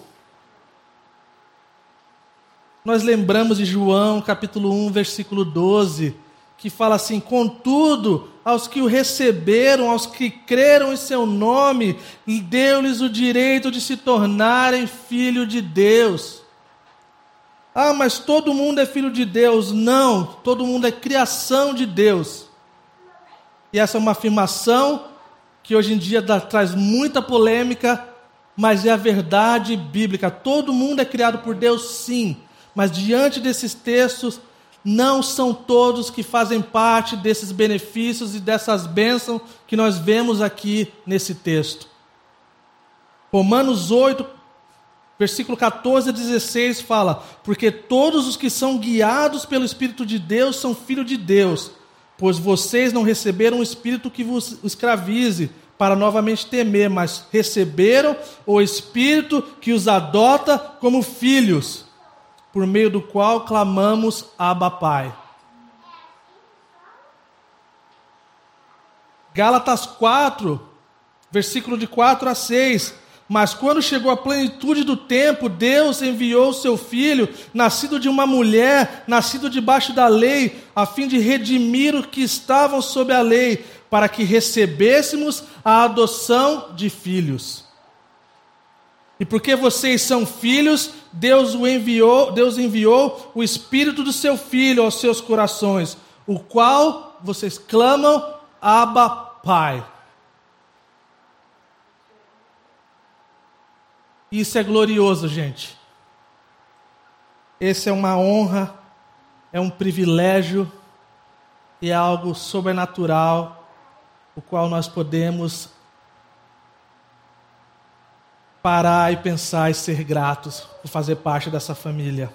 Nós lembramos de João, capítulo um, versículo doze, que fala assim, contudo, aos que o receberam, aos que creram em seu nome, deu-lhes o direito de se tornarem filho de Deus. Ah, mas todo mundo é filho de Deus. Não, todo mundo é criação de Deus. E essa é uma afirmação que hoje em dia dá, traz muita polêmica, mas é a verdade bíblica. Todo mundo é criado por Deus, sim. Mas diante desses textos, não são todos que fazem parte desses benefícios e dessas bênçãos que nós vemos aqui nesse texto. Romanos oito, versículo catorze a dezesseis fala, porque todos os que são guiados pelo Espírito de Deus são filhos de Deus, pois vocês não receberam um espírito que vos escravize para novamente temer, mas receberam o Espírito que os adota como filhos, por meio do qual clamamos Abba Pai. Gálatas quatro, versículo de quatro a seis. Mas quando chegou a plenitude do tempo, Deus enviou o seu Filho, nascido de uma mulher, nascido debaixo da lei, a fim de redimir os que estavam sob a lei, para que recebêssemos a adoção de filhos. E porque vocês são filhos, Deus o enviou, Deus enviou o Espírito do seu Filho aos seus corações, o qual vocês clamam, Abba, Pai. Isso é glorioso, gente. Essa é uma honra, é um privilégio e é algo sobrenatural, o qual nós podemos parar e pensar e ser gratos por fazer parte dessa família.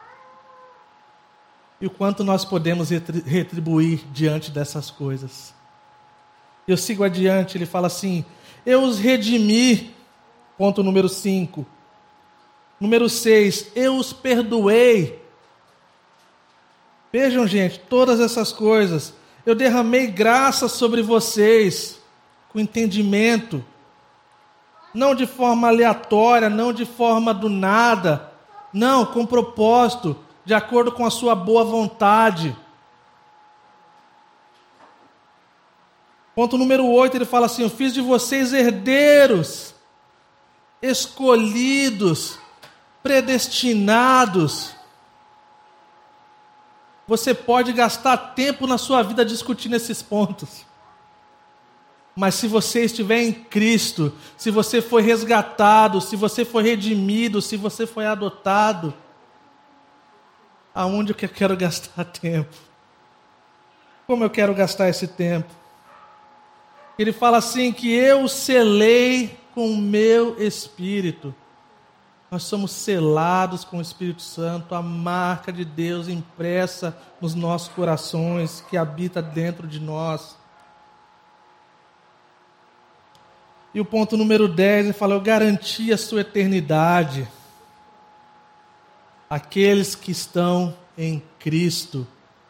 E o quanto nós podemos retribuir diante dessas coisas. Eu sigo adiante, ele fala assim, eu os redimi, ponto número cinco. Número seis, eu os perdoei. Vejam, gente, todas essas coisas. Eu derramei graça sobre vocês, com entendimento. Não de forma aleatória, não de forma do nada. Não, com propósito, de acordo com a sua boa vontade. Ponto número oito, ele fala assim, eu fiz de vocês herdeiros, escolhidos, predestinados. Você pode gastar tempo na sua vida discutindo esses pontos. Mas se você estiver em Cristo, se você foi resgatado, se você foi redimido, se você foi adotado, aonde eu quero gastar tempo? Como eu quero gastar esse tempo? Ele fala assim, que eu selei com o meu Espírito. Nós somos selados com o Espírito Santo, a marca de Deus impressa nos nossos corações, que habita dentro de nós. E o ponto número dez, ele fala: eu garanti a sua eternidade. Aqueles que estão em Cristo.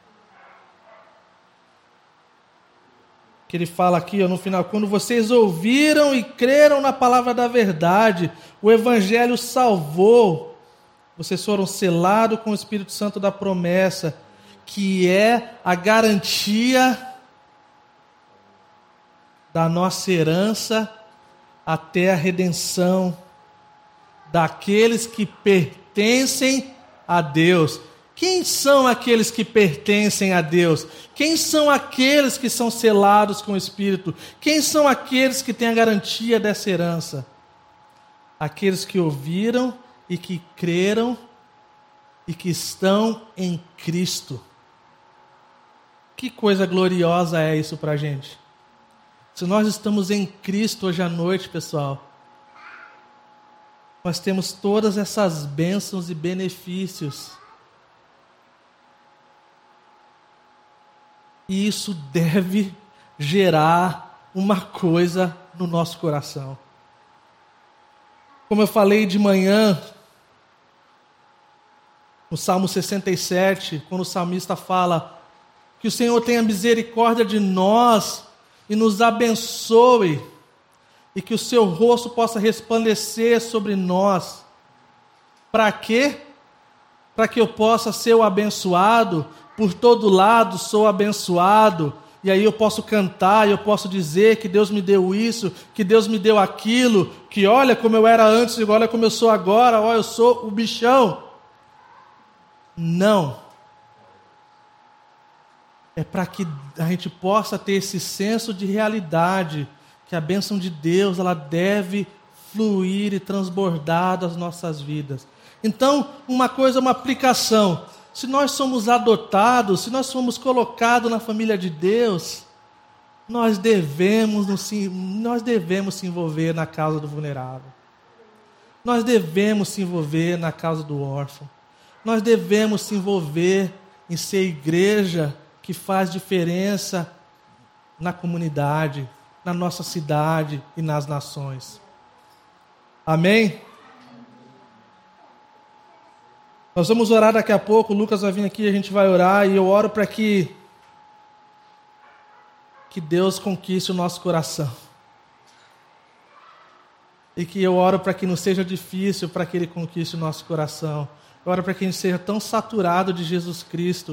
Que ele fala aqui, ó, no final: quando vocês ouviram e creram na palavra da verdade, o Evangelho salvou, vocês foram selados com o Espírito Santo da promessa, que é a garantia da nossa herança até a redenção daqueles que pertencem a Deus. Quem são aqueles que pertencem a Deus? Quem são aqueles que são selados com o Espírito? Quem são aqueles que têm a garantia dessa herança? Aqueles que ouviram e que creram e que estão em Cristo. Que coisa gloriosa é isso para a gente. Se nós estamos em Cristo hoje à noite, pessoal, nós temos todas essas bênçãos e benefícios. E isso deve gerar uma coisa no nosso coração. Como eu falei de manhã, no Salmo sessenta e sete, quando o salmista fala que o Senhor tenha misericórdia de nós e nos abençoe, e que o seu rosto possa resplandecer sobre nós. Para quê? Para que eu possa ser o abençoado. Por todo lado sou abençoado, e aí eu posso cantar, eu posso dizer que Deus me deu isso, que Deus me deu aquilo, que olha como eu era antes e olha como eu sou agora, olha, eu sou o bichão. Não. É para que a gente possa ter esse senso de realidade, que a bênção de Deus, ela deve fluir e transbordar das nossas vidas. Então, uma coisa, uma aplicação. Se nós somos adotados, se nós somos colocados na família de Deus, nós devemos, nós devemos se envolver na causa do vulnerável. Nós devemos se envolver na causa do órfão. Nós devemos se envolver em ser igreja que faz diferença na comunidade, na nossa cidade e nas nações. Amém? Nós vamos orar daqui a pouco, o Lucas vai vir aqui, a gente vai orar, e eu oro para que, que Deus conquiste o nosso coração. E que eu oro para que não seja difícil para que Ele conquiste o nosso coração. Eu oro para que a gente seja tão saturado de Jesus Cristo,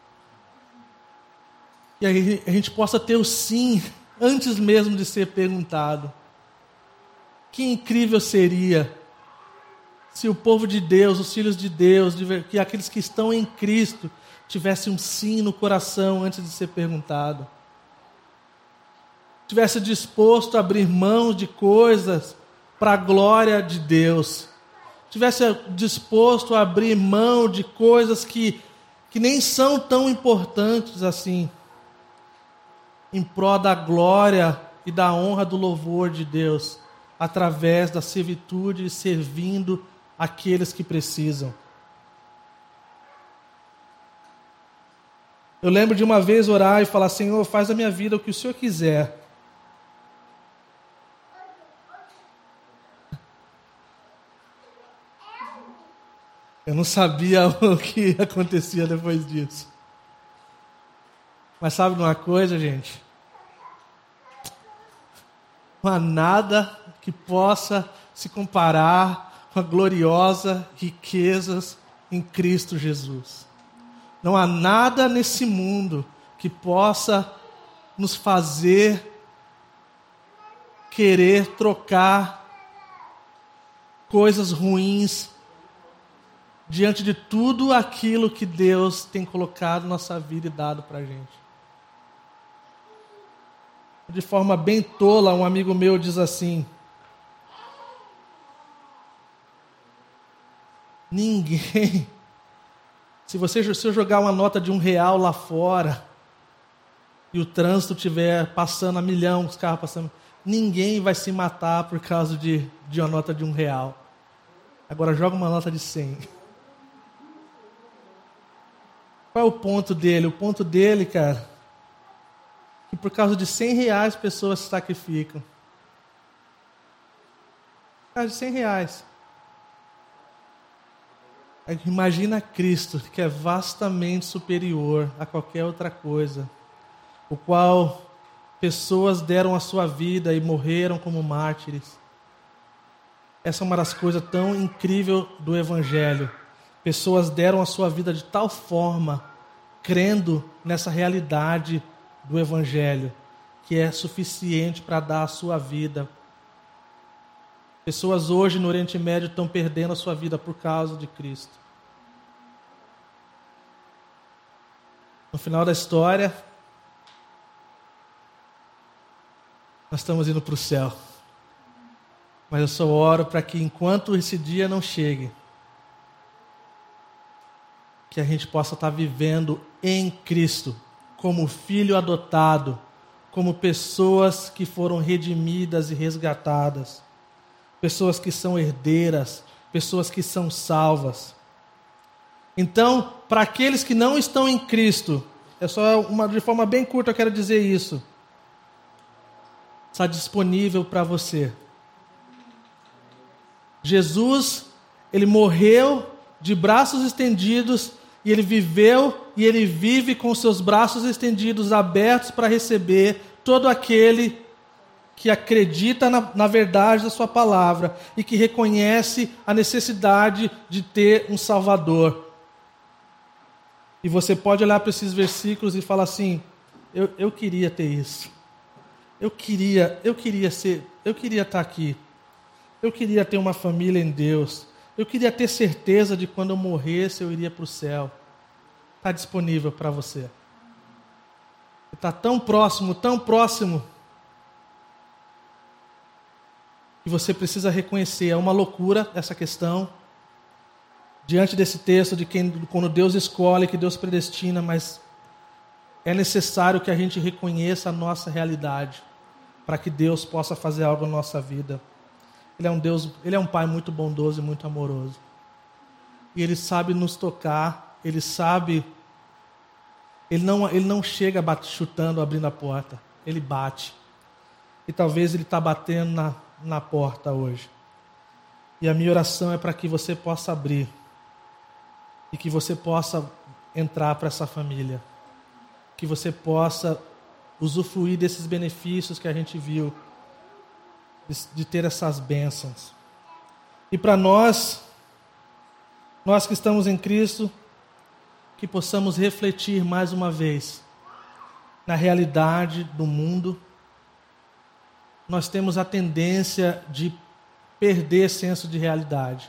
e aí a gente possa ter o sim, antes mesmo de ser perguntado. Que incrível seria se o povo de Deus, os filhos de Deus, que aqueles que estão em Cristo, tivessem um sim no coração antes de ser perguntado. Tivesse disposto a abrir mão de coisas para a glória de Deus. Tivesse disposto a abrir mão de coisas que, que nem são tão importantes assim, em prol da glória e da honra do louvor de Deus, através da servitude e servindo aqueles que precisam. Eu lembro de uma vez orar e falar: Senhor, faz da minha vida o que o Senhor quiser. Eu não sabia o que acontecia depois disso. Mas sabe de uma coisa, gente? Não há nada que possa se comparar com a gloriosa riquezas em Cristo Jesus. Não há nada nesse mundo que possa nos fazer querer trocar coisas ruins diante de tudo aquilo que Deus tem colocado na nossa vida e dado para a gente. De forma bem tola, um amigo meu diz assim: ninguém, se você se eu jogar uma nota de um real lá fora e o trânsito estiver passando a milhão, os carros passando, ninguém vai se matar por causa de, de uma nota de um real. Agora joga uma nota de cem. Qual é o ponto dele? O ponto dele, cara, que por causa de cem reais pessoas se sacrificam. Por causa de cem reais. Imagina Cristo, que é vastamente superior a qualquer outra coisa, o qual pessoas deram a sua vida e morreram como mártires. Essa é uma das coisas tão incríveis do Evangelho. Pessoas deram a sua vida de tal forma, crendo nessa realidade do Evangelho, que é suficiente para dar a sua vida. Pessoas hoje no Oriente Médio estão perdendo a sua vida por causa de Cristo. No final da história, nós estamos indo para o céu. Mas eu só oro para que enquanto esse dia não chegue, que a gente possa estar vivendo em Cristo, como filho adotado, como pessoas que foram redimidas e resgatadas, pessoas que são herdeiras, pessoas que são salvas. Então, para aqueles que não estão em Cristo, é só uma, de forma bem curta eu quero dizer isso, está disponível para você. Jesus, ele morreu de braços estendidos e ele viveu e ele vive com seus braços estendidos abertos para receber todo aquele que acredita na, na verdade da sua palavra e que reconhece a necessidade de ter um Salvador. E você pode olhar para esses versículos e falar assim, eu, eu queria ter isso. Eu queria, eu queria ser, eu queria estar aqui. Eu queria ter uma família em Deus. Eu queria ter certeza de quando eu morresse eu iria para o céu. Está disponível para você. Está tão próximo, tão próximo, que você precisa reconhecer. É uma loucura essa questão. Diante desse texto de quem, quando Deus escolhe, que Deus predestina, mas é necessário que a gente reconheça a nossa realidade para que Deus possa fazer algo na nossa vida. Ele é um Deus, Ele é um Pai muito bondoso e muito amoroso. E Ele sabe nos tocar, Ele sabe, Ele não, ele não chega bate, chutando, abrindo a porta, Ele bate. E talvez Ele está batendo na, na porta hoje. E a minha oração é para que você possa abrir. E que você possa entrar para essa família. Que você possa usufruir desses benefícios que a gente viu, de ter essas bênçãos. E para nós, nós que estamos em Cristo, que possamos refletir mais uma vez na realidade do mundo. Nós temos a tendência de perder senso de realidade.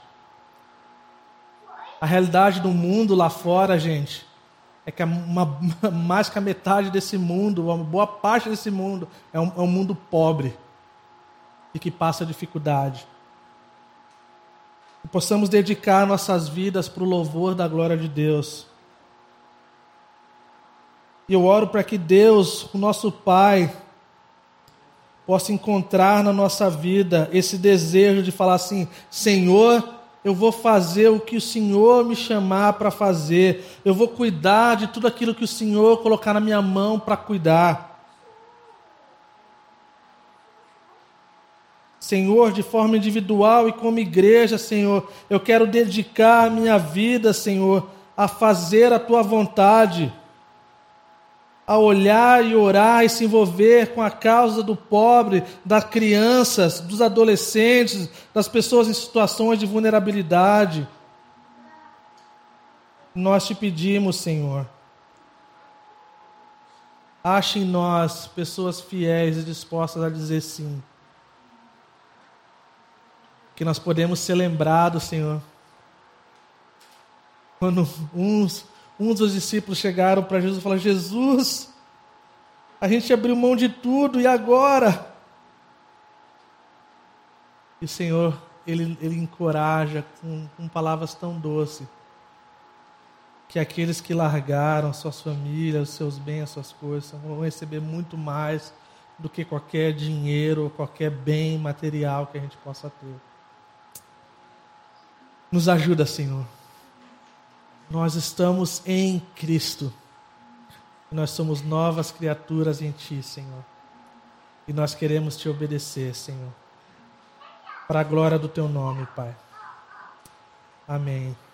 A realidade do mundo lá fora, gente, é que uma, mais que a metade desse mundo, uma boa parte desse mundo, é um, é um mundo pobre e que passa dificuldade. Que possamos dedicar nossas vidas para o louvor da glória de Deus. E eu oro para que Deus, o nosso Pai, possa encontrar na nossa vida esse desejo de falar assim, Senhor, eu vou fazer o que o Senhor me chamar para fazer. Eu vou cuidar de tudo aquilo que o Senhor colocar na minha mão para cuidar. Senhor, de forma individual e como igreja, Senhor, eu quero dedicar a minha vida, Senhor, a fazer a Tua vontade, a olhar e orar e se envolver com a causa do pobre, das crianças, dos adolescentes, das pessoas em situações de vulnerabilidade. Nós Te pedimos, Senhor, ache em nós pessoas fiéis e dispostas a dizer sim. Que nós podemos ser lembrados, Senhor, quando uns, uns dos discípulos chegaram para Jesus e falaram, Jesus, a gente abriu mão de tudo, e agora? E o Senhor, Ele, ele encoraja com, com palavras tão doces, que aqueles que largaram suas famílias, os seus bens, as suas coisas, vão receber muito mais do que qualquer dinheiro, qualquer bem material que a gente possa ter. Nos ajuda, Senhor. Nós estamos em Cristo. Nós somos novas criaturas em Ti, Senhor. E nós queremos Te obedecer, Senhor. Para a glória do Teu nome, Pai. Amém.